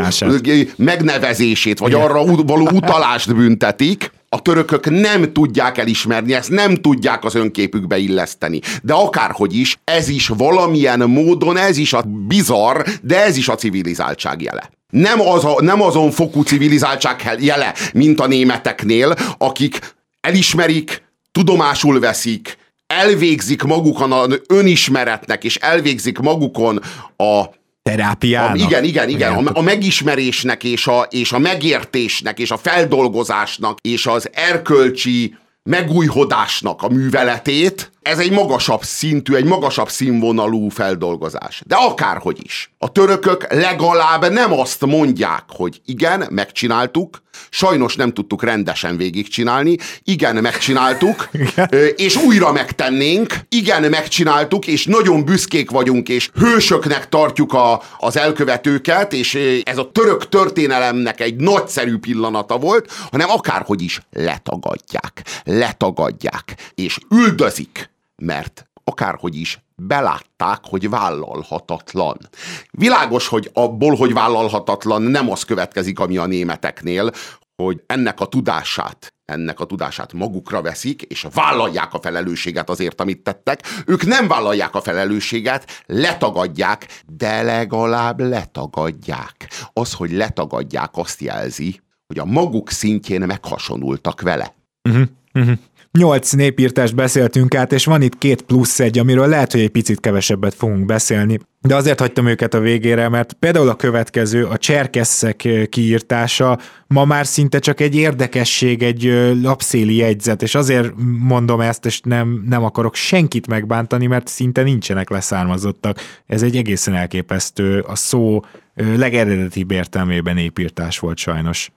v- megnevezését, vagy Igen. arra való utalást büntetik. A törökök nem tudják elismerni, ezt nem tudják az önképükbe illeszteni. De akárhogy is, ez is valamilyen módon, ez is a bizarr, de ez is a civilizáltság jele. Nem, az a, nem azon fokú civilizáltság jele, mint a németeknél, akik elismerik, tudomásul veszik, elvégzik magukon az önismeretnek, és elvégzik magukon a terápiának. A, igen, igen, igen. A, a megismerésnek, és a, és a megértésnek, és a feldolgozásnak, és az erkölcsi megújhodásnak a műveletét. Ez egy magasabb szintű, egy magasabb színvonalú feldolgozás. De akárhogy is. A törökök legalább nem azt mondják, hogy igen, megcsináltuk, sajnos nem tudtuk rendesen végigcsinálni, igen, megcsináltuk, és újra megtennénk, igen, megcsináltuk, és nagyon büszkék vagyunk, és hősöknek tartjuk a, az elkövetőket, és ez a török történelemnek egy nagyszerű pillanata volt, hanem akárhogy is letagadják, letagadják, és üldözik, mert akárhogy is belátták, hogy vállalhatatlan. Világos, hogy abból, hogy vállalhatatlan, nem az következik, ami a németeknél, hogy ennek a tudását, ennek a tudását magukra veszik, és vállalják a felelősséget azért, amit tettek. Ők nem vállalják a felelősséget, letagadják, de legalább letagadják. Az, hogy letagadják, azt jelzi, hogy a maguk szintjén meghasonultak vele. Uh-huh, uh-huh. Nyolc népírtást beszéltünk át, és van itt két plusz egy, amiről lehet, hogy egy picit kevesebbet fogunk beszélni, de azért hagytam őket a végére, mert például a következő, a cserkesszek kiírtása ma már szinte csak egy érdekesség, egy lapszéli jegyzet, és azért mondom ezt, és nem, nem akarok senkit megbántani, mert szinte nincsenek leszármazottak. Ez egy egészen elképesztő, a szó legeredetibb értelmében népírtás volt sajnos.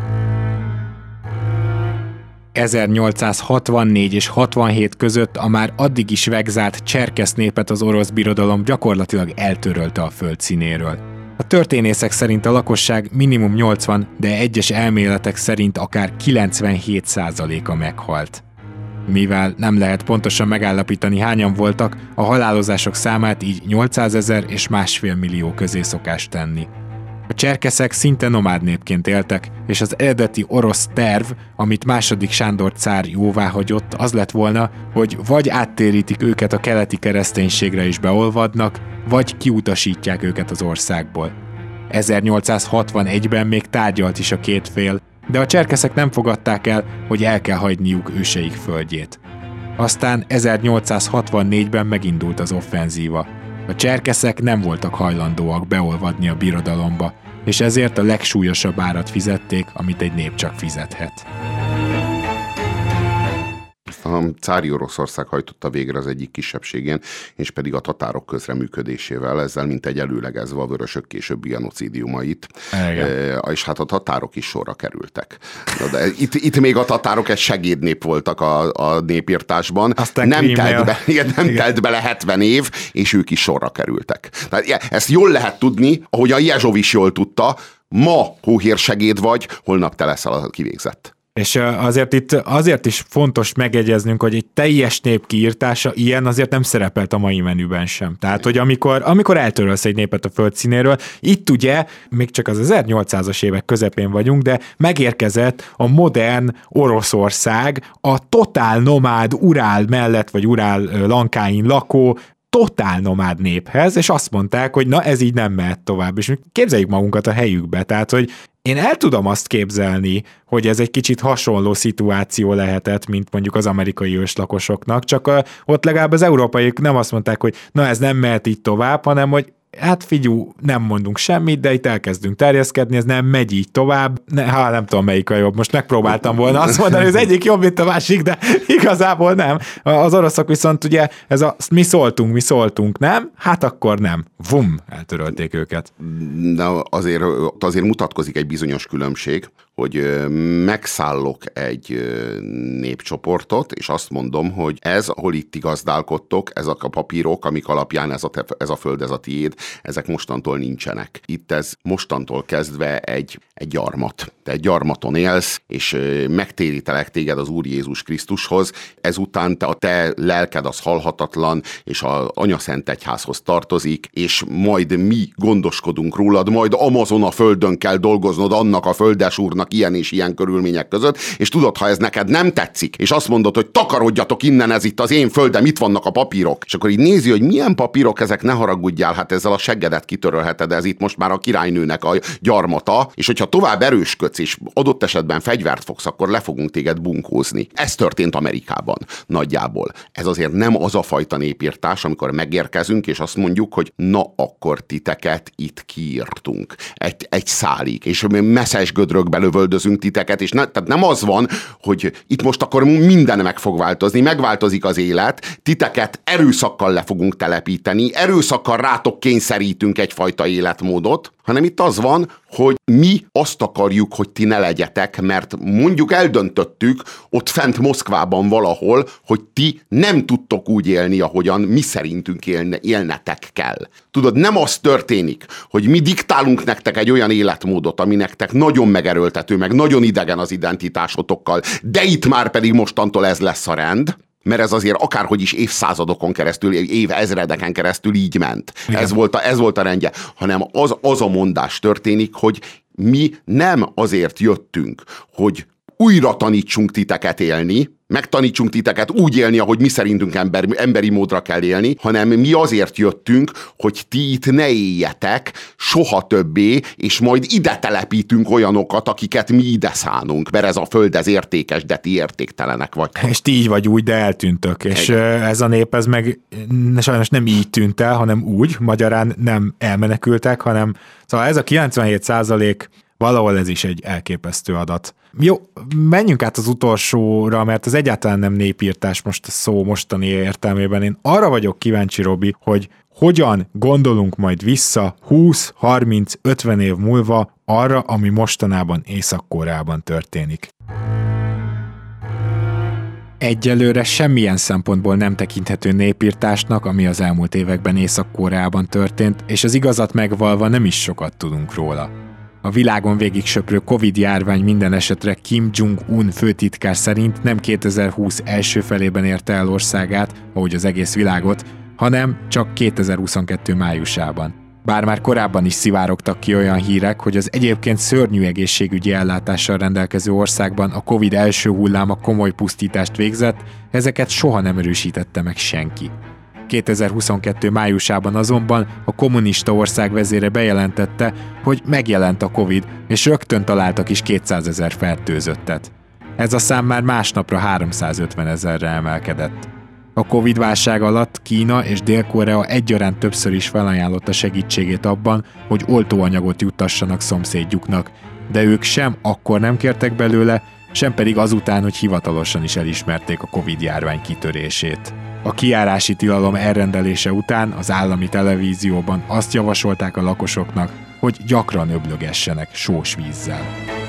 ezernyolcszázhatvannégy és hatvanhét között a már addig is vegzált cserkesz népet az orosz birodalom gyakorlatilag eltörölte a föld színéről. A történészek szerint a lakosság minimum nyolcvan, de egyes elméletek szerint akár kilencvenhét százaléka meghalt. Mivel nem lehet pontosan megállapítani, hányan voltak, a halálozások számát így nyolcszázezer és másfél millió közé szokás tenni. A A cserkeszek szinte nomád népként éltek, és az eredeti orosz terv, amit második Sándor cár jóváhagyott, az lett volna, hogy vagy áttérítik őket a keleti kereszténységre és beolvadnak, vagy kiutasítják őket az országból. ezernyolcszázhatvanegyben még tárgyalt is a két fél, de a cserkeszek nem fogadták el, hogy el kell hagyniuk őseik földjét. Aztán ezernyolcszázhatvannégyben megindult az offenzíva. A cserkeszek nem voltak hajlandóak beolvadni a birodalomba, és ezért a legsúlyosabb árat fizették, amit egy nép csak fizethet. A cári Oroszország hajtotta végre az egyik kisebbségén, és pedig a tatárok közreműködésével, ezzel mint egy előlegezve a vörösök későbbi genocidiumait. E, és hát a tatárok is sorra kerültek. De itt, itt még a tatárok egy segédnép voltak a, a népírtásban. Aztán nem, telt be, nem telt bele hetven év, és ők is sorra kerültek. Tehát ezt jól lehet tudni, ahogy a Jezsov is jól tudta, ma hóhérsegéd vagy, holnap te leszel a kivégzett. És azért itt azért is fontos megegyeznünk, hogy egy teljes nép kiirtása ilyen azért nem szerepelt a mai menüben sem. Tehát, hogy amikor, amikor eltörölsz egy népet a földszínéről, itt ugye, még csak az ezernyolcszázas évek közepén vagyunk, de megérkezett a modern Oroszország, a totál nomád Urál mellett, vagy Urál lankáin lakó, totál nomád néphez, és azt mondták, hogy na ez így nem mehet tovább, és képzeljük magunkat a helyükbe, tehát, hogy én el tudom azt képzelni, hogy ez egy kicsit hasonló szituáció lehetett, mint mondjuk az amerikai őslakosoknak, csak a, ott legalább az európaiak nem azt mondták, hogy na ez nem mehet így tovább, hanem hogy hát figyú, nem mondunk semmit, de itt elkezdünk terjeszkedni, ez nem megy így tovább. Ne, hát nem tudom, melyik a jobb. Most megpróbáltam volna azt mondani, hogy az egyik jobb, mint a másik, de igazából nem. Az oroszok viszont ugye, ez a mi szóltunk, mi szóltunk, nem? Hát akkor nem. Vum, eltörölték őket. De azért, azért mutatkozik egy bizonyos különbség, hogy megszállok egy népcsoportot, és azt mondom, hogy ez, ahol itt igazdálkodtok, ezek a papírok, amik alapján ez a, te, ez a föld, ez a tiéd, ezek mostantól nincsenek. Itt ez mostantól kezdve egy, egy gyarmat. Te egy gyarmaton élsz, és megtérítelek téged az Úr Jézus Krisztushoz, ezután te, a te lelked az halhatatlan, és az Anyaszent Egyházhoz tartozik, és majd mi gondoskodunk rólad, majd Amazon a földön kell dolgoznod annak a földes úrnak ilyen és ilyen körülmények között, és tudod, ha ez neked nem tetszik, és azt mondod, hogy takarodjatok innen, ez itt az én földem, itt vannak a papírok, és akkor így nézi, hogy milyen papírok ezek, ne haragudjál, hát ezzel a seggedet kitörölheted, ez itt most már a királynőnek a gyarmata, és hogyha tovább erősködsz, és adott esetben fegyvert fogsz, akkor le fogunk téged bunkózni. Ez történt Amerikában nagyjából. Ez azért nem az a fajta népírtás, amikor megérkezünk, és azt mondjuk, hogy na akkor titeket itt kiírtunk. Egy, egy szálig, és messzes gödrökbe lövöldözünk titeket, és ne, tehát nem az van, hogy itt most akkor minden meg fog változni, megváltozik az élet, titeket erőszakkal le fogunk telepíteni, erőszakkal rátok kényszerítünk egyfajta életmódot, hanem itt az van, hogy mi azt akarjuk, hogy ti ne legyetek, mert mondjuk eldöntöttük ott fent Moszkvában valahol, hogy ti nem tudtok úgy élni, ahogyan mi szerintünk élne, élnetek kell. Tudod, nem az történik, hogy mi diktálunk nektek egy olyan életmódot, ami nektek nagyon megerőltető, meg nagyon idegen az identitásotokkal, de itt már pedig mostantól ez lesz a rend, mert ez azért akárhogy is évszázadokon keresztül, évezredeken keresztül így ment. Ez volt, a, ez volt a rendje. Hanem az, az a mondás történik, hogy mi nem azért jöttünk, hogy újra tanítsunk titeket élni, megtanítsunk titeket úgy élni, ahogy mi szerintünk ember, emberi módra kell élni, hanem mi azért jöttünk, hogy ti itt ne éljetek soha többé, és majd ide telepítünk olyanokat, akiket mi ide szánunk, mert ez a föld ez értékes, de ti értéktelenek vagytok. És ti így vagy úgy, de eltűntök. És igen. Ez a nép, ez meg sajnos nem így tűnt el, hanem úgy, magyarán nem elmenekültek, hanem szóval ez a kilencvenhét százalék valahol ez is egy elképesztő adat. Jó, menjünk át az utolsóra, mert az egyáltalán nem népírtás most a szó mostani értelmében. Én arra vagyok kíváncsi, Robi, hogy hogyan gondolunk majd vissza húsz, harminc, ötven év múlva arra, ami mostanában Észak-Koreában történik. Egyelőre semmilyen szempontból nem tekinthető népírtásnak, ami az elmúlt években Észak-Koreában történt, és az igazat megvalva nem is sokat tudunk róla. A világon végig söprő Covid-járvány minden esetre Kim Jong-un főtitkár szerint nem kétezer-húsz első felében érte el országát, ahogy az egész világot, hanem csak kétezer-huszonkettő májusában. Bár már korábban is szivárogtak ki olyan hírek, hogy az egyébként szörnyű egészségügyi ellátással rendelkező országban a Covid első hulláma komoly pusztítást végzett, ezeket soha nem erősítette meg senki. kétezer-huszonkettő májusában azonban a kommunista ország vezére bejelentette, hogy megjelent a Covid, és rögtön találtak is kétszázezer fertőzöttet. Ez a szám már másnapra háromszázötvenezerre emelkedett. A Covid-válság alatt Kína és Dél-Korea egyaránt többször is felajánlotta segítségét abban, hogy oltóanyagot juttassanak szomszédjuknak, de ők sem akkor nem kértek belőle, sem pedig azután, hogy hivatalosan is elismerték a Covid-járvány kitörését. A kijárási tilalom elrendelése után az állami televízióban azt javasolták a lakosoknak, hogy gyakran öblögessenek sós vízzel.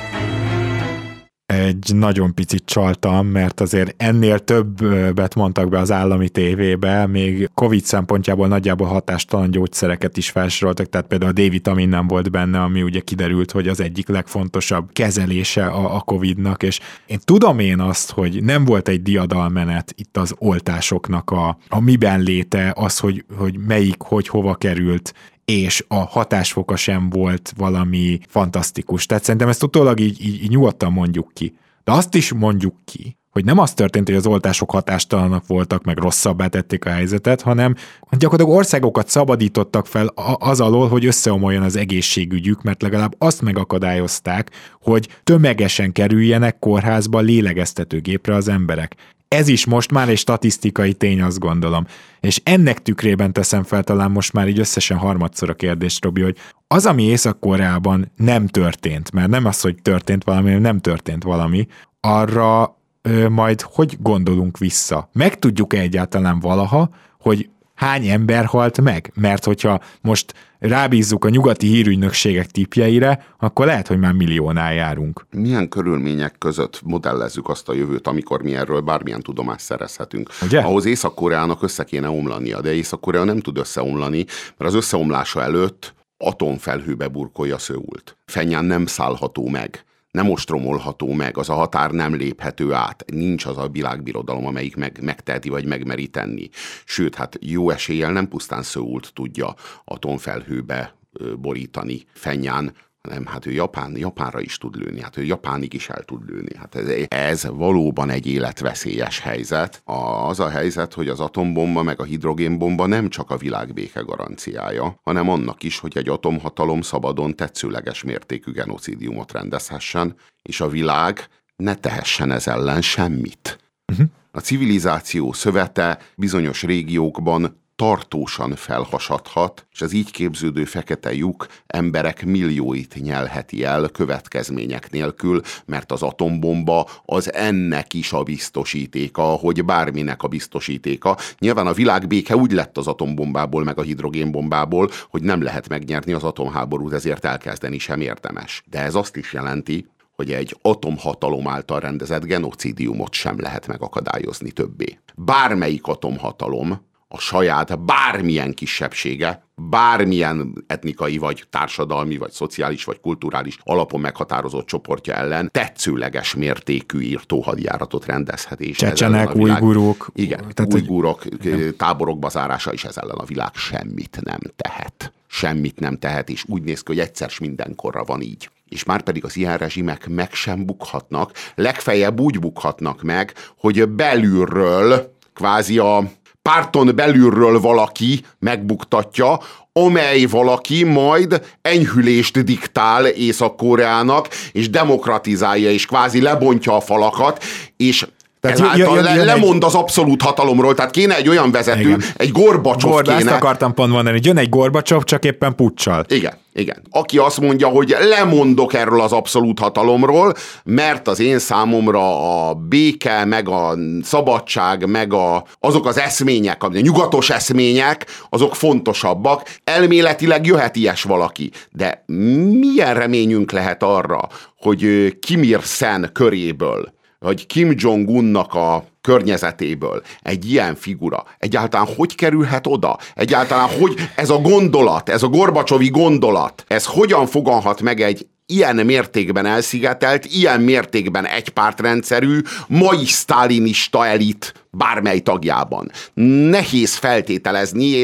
Egy nagyon picit csaltam, mert azért ennél többet mondtak be az állami tévébe, még Covid szempontjából nagyjából hatástalan gyógyszereket is felsoroltak, tehát például a D-vitamin nem volt benne, ami ugye kiderült, hogy az egyik legfontosabb kezelése a, a Covidnak, és én tudom én azt, hogy nem volt egy diadalmenet itt az oltásoknak a, a miben léte, az, hogy, hogy melyik, hogy hova került, és a hatásfoka sem volt valami fantasztikus. Tehát szerintem ezt utólag így, így, így nyugodtan mondjuk ki. De azt is mondjuk ki, hogy nem az történt, hogy az oltások hatástalanak voltak, meg rosszabbá tették a helyzetet, hanem gyakorlatilag országokat szabadítottak fel az alól, hogy összeomoljon az egészségügyük, mert legalább azt megakadályozták, hogy tömegesen kerüljenek kórházba, lélegeztetőgépre az emberek. Ez is most már egy statisztikai tény, azt gondolom. És ennek tükrében teszem fel talán most már így összesen harmadszor a kérdést, Robi, hogy az, ami Észak-Koreában nem történt, mert nem az, hogy történt valami, hanem nem történt valami, arra ö, majd hogy gondolunk vissza? Meg tudjuk-e egyáltalán valaha, hogy hány ember halt meg? Mert hogyha most rábízzuk a nyugati hírügynökségek tippjeire, akkor lehet, hogy már milliónál járunk. Milyen körülmények között modellezzük azt a jövőt, amikor mi erről bármilyen tudomást szerezhetünk? Ugye? Ahhoz Észak-Koreának össze kéne omlania, de Észak-Korea nem tud összeomlani, mert az összeomlása előtt atomfelhőbe burkolja Szöult. Fennyán nem szállható meg. Nem ostromolható meg, az a határ nem léphető át. Nincs az a világbirodalom, amelyik meg, megteheti vagy megmeri tenni. Sőt, hát jó eséllyel nem pusztán Szöult tudja atomfelhőbe borítani Fennyán, nem, hát ő Japán, Japánra is tud lőni, hát ő Japánig is el tud lőni. Hát ez, ez valóban egy életveszélyes helyzet. A, az a helyzet, hogy az atombomba meg a hidrogénbomba nem csak a világbéke garanciája, hanem annak is, hogy egy atomhatalom szabadon tetszőleges mértékű genocidiumot rendezhessen, és a világ ne tehessen ez ellen semmit. Uh-huh. A civilizáció szövete bizonyos régiókban tartósan felhasadhat, és az így képződő fekete lyuk emberek millióit nyelheti el következmények nélkül, mert az atombomba az ennek is a biztosítéka, hogy bárminek a biztosítéka. Nyilván a világbéke úgy lett az atombombából, meg a hidrogénbombából, hogy nem lehet megnyerni az atomháborút, ezért elkezdeni sem érdemes. De ez azt is jelenti, hogy egy atomhatalom által rendezett genocidiumot sem lehet megakadályozni többé. Bármelyik atomhatalom a saját bármilyen kisebbsége, bármilyen etnikai, vagy társadalmi, vagy szociális, vagy kulturális alapon meghatározott csoportja ellen tetszőleges mértékű írtóhadjáratot rendezhet. És Csecsenek, ujgurok. Igen, tehát, ujgurok táborokba zárása, és ez ellen a világ semmit nem tehet. Semmit nem tehet, és úgy néz ki, hogy egyszer s mindenkorra van így. És már pedig az ilyen rezsimek meg sem bukhatnak, legfeljebb úgy bukhatnak meg, hogy belülről, kvázi a párton belülről valaki megbuktatja, amely valaki majd enyhülést diktál Észak-Koreának, és demokratizálja, és kvázi lebontja a falakat, és tehát ezáltal jön, jön, jön lemond egy... az abszolút hatalomról, tehát kéne egy olyan vezető, igen. Egy Gorbacsov Gorba, kéne. Ezt akartam pont mondani, hogy jön egy Gorbacsov, csak éppen puccsal. Igen, igen. Aki azt mondja, hogy lemondok erről az abszolút hatalomról, mert az én számomra a béke, meg a szabadság, meg a, azok az eszmények, a nyugatos eszmények, azok fontosabbak. Elméletileg jöhet ilyes valaki. De milyen reményünk lehet arra, hogy Kim Il-sen köréből, vagy Kim Jong-unnak a környezetéből egy ilyen figura egyáltalán hogy kerülhet oda? Egyáltalán hogy ez a gondolat, ez a gorbacsovi gondolat, ez hogyan foganhat meg egy ilyen mértékben elszigetelt, ilyen mértékben egypártrendszerű, mai sztálinista elit bármely tagjában? Nehéz feltételezni, és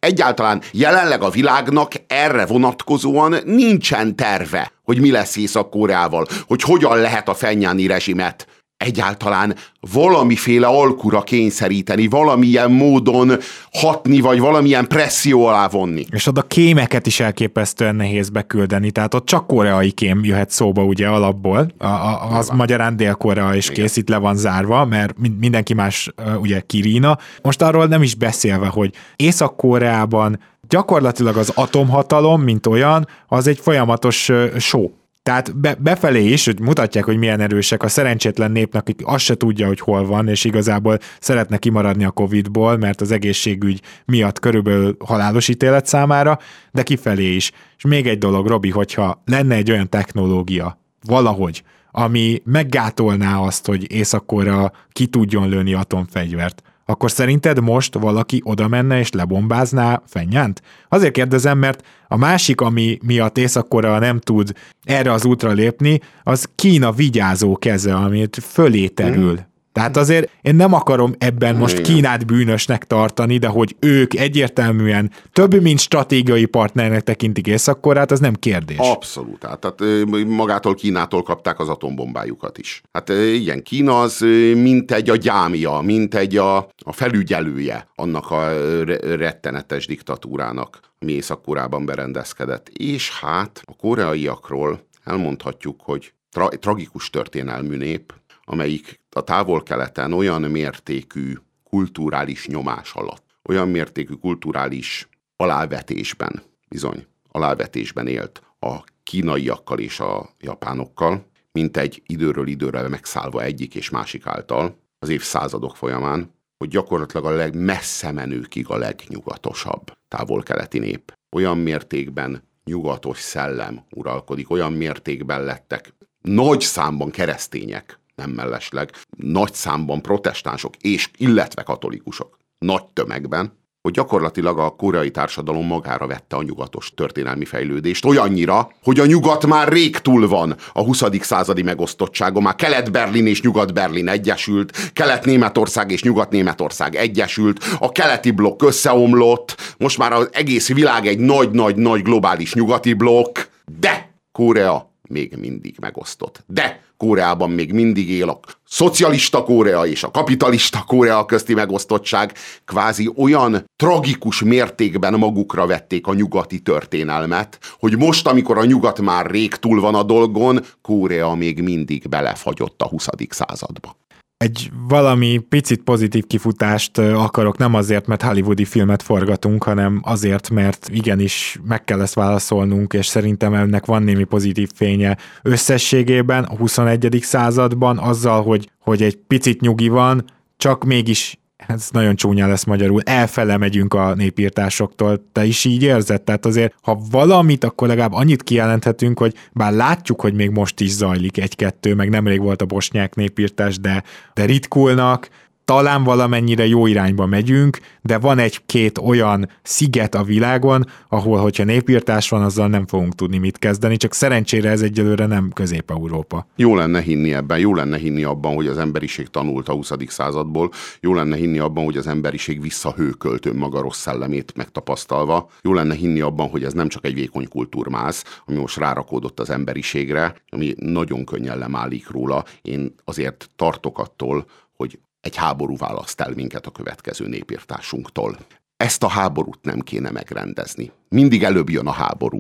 Egyáltalán jelenleg a világnak erre vonatkozóan nincsen terve, hogy mi lesz Észak-Koreával, hogy hogyan lehet a Pchenjani rezsimet egyáltalán valamiféle alkura kényszeríteni, valamilyen módon hatni, vagy valamilyen presszió alá vonni. És oda kémeket is elképesztően nehéz beküldeni, tehát ott csak koreai kém jöhet szóba ugye alapból, a, a, az magyarán Dél-Korea is kész, itt le van zárva, mert mindenki más ugye Kirína. Most arról nem is beszélve, hogy Észak-Koreában gyakorlatilag az atomhatalom, mint olyan, az egy folyamatos show. Tehát be, befelé is, hogy mutatják, hogy milyen erősek a szerencsétlen népnek, akik azt se tudja, hogy hol van, és igazából szeretne kimaradni a Covidból, mert az egészségügy miatt körülbelül halálos ítélet számára, de kifelé is. És még egy dolog, Robi, hogyha lenne egy olyan technológia valahogy, ami meggátolná azt, hogy Észak-Korea ki tudjon lőni atomfegyvert, akkor szerinted most valaki oda menne és lebombázná Pchenjant? Azért kérdezem, mert a másik, ami miatt Észak-Korea nem tud erre az útra lépni, az Kína vigyázó keze, amit fölé terül. Hmm. Tehát azért én nem akarom ebben most Kínát bűnösnek tartani, de hogy ők egyértelműen több, mint stratégiai partnernek tekintik Észak-Koreát, az nem kérdés. Abszolút. Tehát magától Kínától kapták az atombombájukat is. Hát igen, Kína az mint egy a gyámja, mint egy a, a felügyelője annak a rettenetes diktatúrának, ami Észak-Koreában berendezkedett. És hát a koreaiakról elmondhatjuk, hogy tra- tragikus történelmű nép, amelyik a távol-keleten olyan mértékű kulturális nyomás alatt, olyan mértékű kulturális alávetésben, bizony, alávetésben élt a kínaiakkal és a japánokkal, mint egy időről időre megszállva egyik és másik által az évszázadok folyamán, hogy gyakorlatilag a legmessze menőkig a legnyugatosabb távol-keleti nép. Olyan mértékben nyugatos szellem uralkodik, olyan mértékben lettek nagy számban keresztények, nem mellesleg, nagy számban protestánsok és illetve katolikusok nagy tömegben, hogy gyakorlatilag a koreai társadalom magára vette a nyugatos történelmi fejlődést, olyannyira, hogy a nyugat már rég túl van a huszadik századi megosztottságon, már Kelet-Berlin és Nyugat-Berlin egyesült, Kelet-Németország és Nyugat-Németország egyesült, a keleti blokk összeomlott, most már az egész világ egy nagy-nagy-nagy globális nyugati blokk, de Korea még mindig megosztott. De Koreában még mindig él a szocialista Korea és a kapitalista Korea közti megosztottság, kvázi olyan tragikus mértékben magukra vették a nyugati történelmet, hogy most, amikor a nyugat már rég túl van a dolgon, Korea még mindig belefagyott a huszadik századba. Egy valami picit pozitív kifutást akarok, nem azért, mert hollywoodi filmet forgatunk, hanem azért, mert igenis meg kell ezt válaszolnunk, és szerintem ennek van némi pozitív fénye összességében a huszonegyedik században, azzal, hogy, hogy egy picit nyugi van, csak mégis, ez nagyon csúnya lesz magyarul, elfele megyünk a népírtásoktól. Te is így érzed? Tehát azért, ha valamit, akkor legalább annyit kijelenthetünk, hogy bár látjuk, hogy még most is zajlik egy-kettő, meg nemrég volt a bosnyák népírtás, de, de ritkulnak, talán valamennyire jó irányba megyünk, de van egy-két olyan sziget a világon, ahol, hogyha népírtás van, azzal nem fogunk tudni mit kezdeni, csak szerencsére ez egyelőre nem Közép-Európa. Jó lenne hinni ebben, jó lenne hinni abban, hogy az emberiség tanult a huszadik századból, jó lenne hinni abban, hogy az emberiség visszahőkölt önmaga rossz szellemét megtapasztalva, jó lenne hinni abban, hogy ez nem csak egy vékony kultúrmáz, ami most rárakódott az emberiségre, ami nagyon könnyen lemálik róla. Én azért tartok attól, hogy egy háború választ el minket a következő népírtásunktól. Ezt a háborút nem kéne megrendezni. Mindig előbb jön a háború,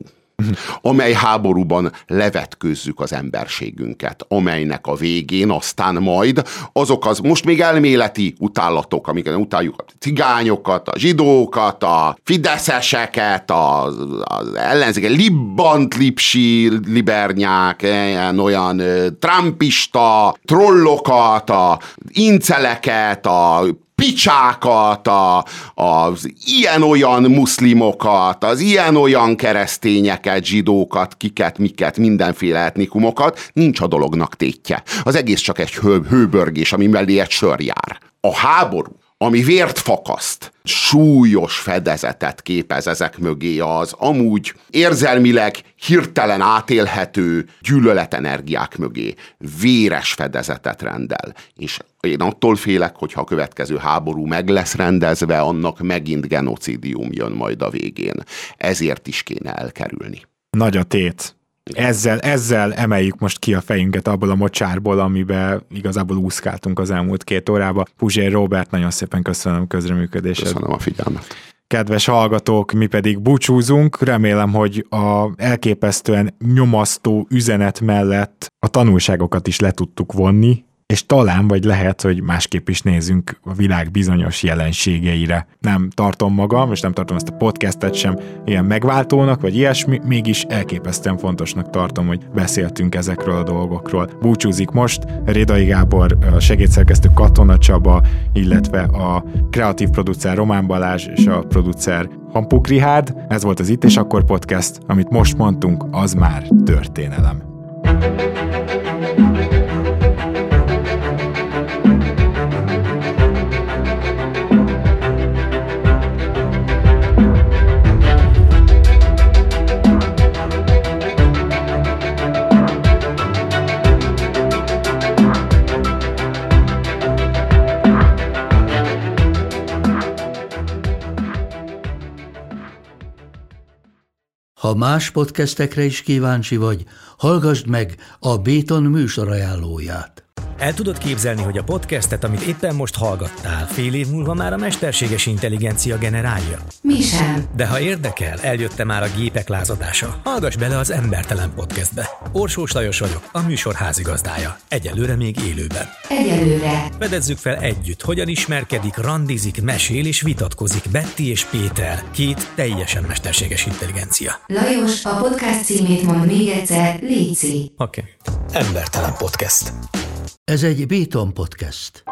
amely háborúban levetkőzzük az emberségünket, amelynek a végén aztán majd azok az most még elméleti utálatok, amiket utáljuk a cigányokat, a zsidókat, a fideszeseket, az, az ellenzéket, libbant, lipsi, libernyák, ilyen, olyan trumpista trollokat, a inceleket, a picsákat, a, az ilyen-olyan muszlimokat, az ilyen-olyan keresztényeket, zsidókat, kiket, miket, mindenféle etnikumokat, nincs a dolognak tétje. Az egész csak egy hő, hőbörgés, ami mellé egy sör jár. A háború ami vért fakaszt, súlyos fedezetet képez ezek mögé az amúgy érzelmileg hirtelen átélhető gyűlöletenergiák mögé. Véres fedezetet rendel. És én attól félek, hogy ha a következő háború meg lesz rendezve, annak megint genocidium jön majd a végén. Ezért is kéne elkerülni. Nagy a tét. Ezzel, ezzel emeljük most ki a fejünket abból a mocsárból, amiben igazából úszkáltunk az elmúlt két órában. Puzsér Róbert, nagyon szépen köszönöm a közreműködésed. Köszönöm a figyelmet. Kedves hallgatók, mi pedig búcsúzunk. Remélem, hogy a elképesztően nyomasztó üzenet mellett a tanulságokat is le tudtuk vonni, és talán, vagy lehet, hogy másképp is nézünk a világ bizonyos jelenségeire. Nem tartom magam, és nem tartom ezt a podcastet sem ilyen megváltónak, vagy ilyesmi, mégis elképesztően fontosnak tartom, hogy beszéltünk ezekről a dolgokról. Búcsúzik most Rédai Gábor, a segédszerkesztő Katona Csaba, illetve a kreatív producer Román Balázs és a producer Hampuk Rihád. Ez volt az Itt és Akkor podcast, amit most mondtunk, az már történelem. Ha más podcastekre is kíváncsi vagy, hallgassd meg a Béton műsor ajánlóját. El tudod képzelni, hogy a podcastet, amit éppen most hallgattál, fél év múlva már a mesterséges intelligencia generálja? Mi sem. De ha érdekel, eljött már a gépek lázadása. Hallgass bele az Embertelen podcastbe. Orsós Lajos vagyok, a műsor házigazdája. Egyelőre még élőben. Egyelőre. Fedezzük fel együtt, hogyan ismerkedik, randizik, mesél és vitatkozik Betty és Péter, két teljesen mesterséges intelligencia. Lajos, a podcast címét mond még egyszer, léci. Oké. Okay. Embertelen podcast. Ez egy Béton podcast.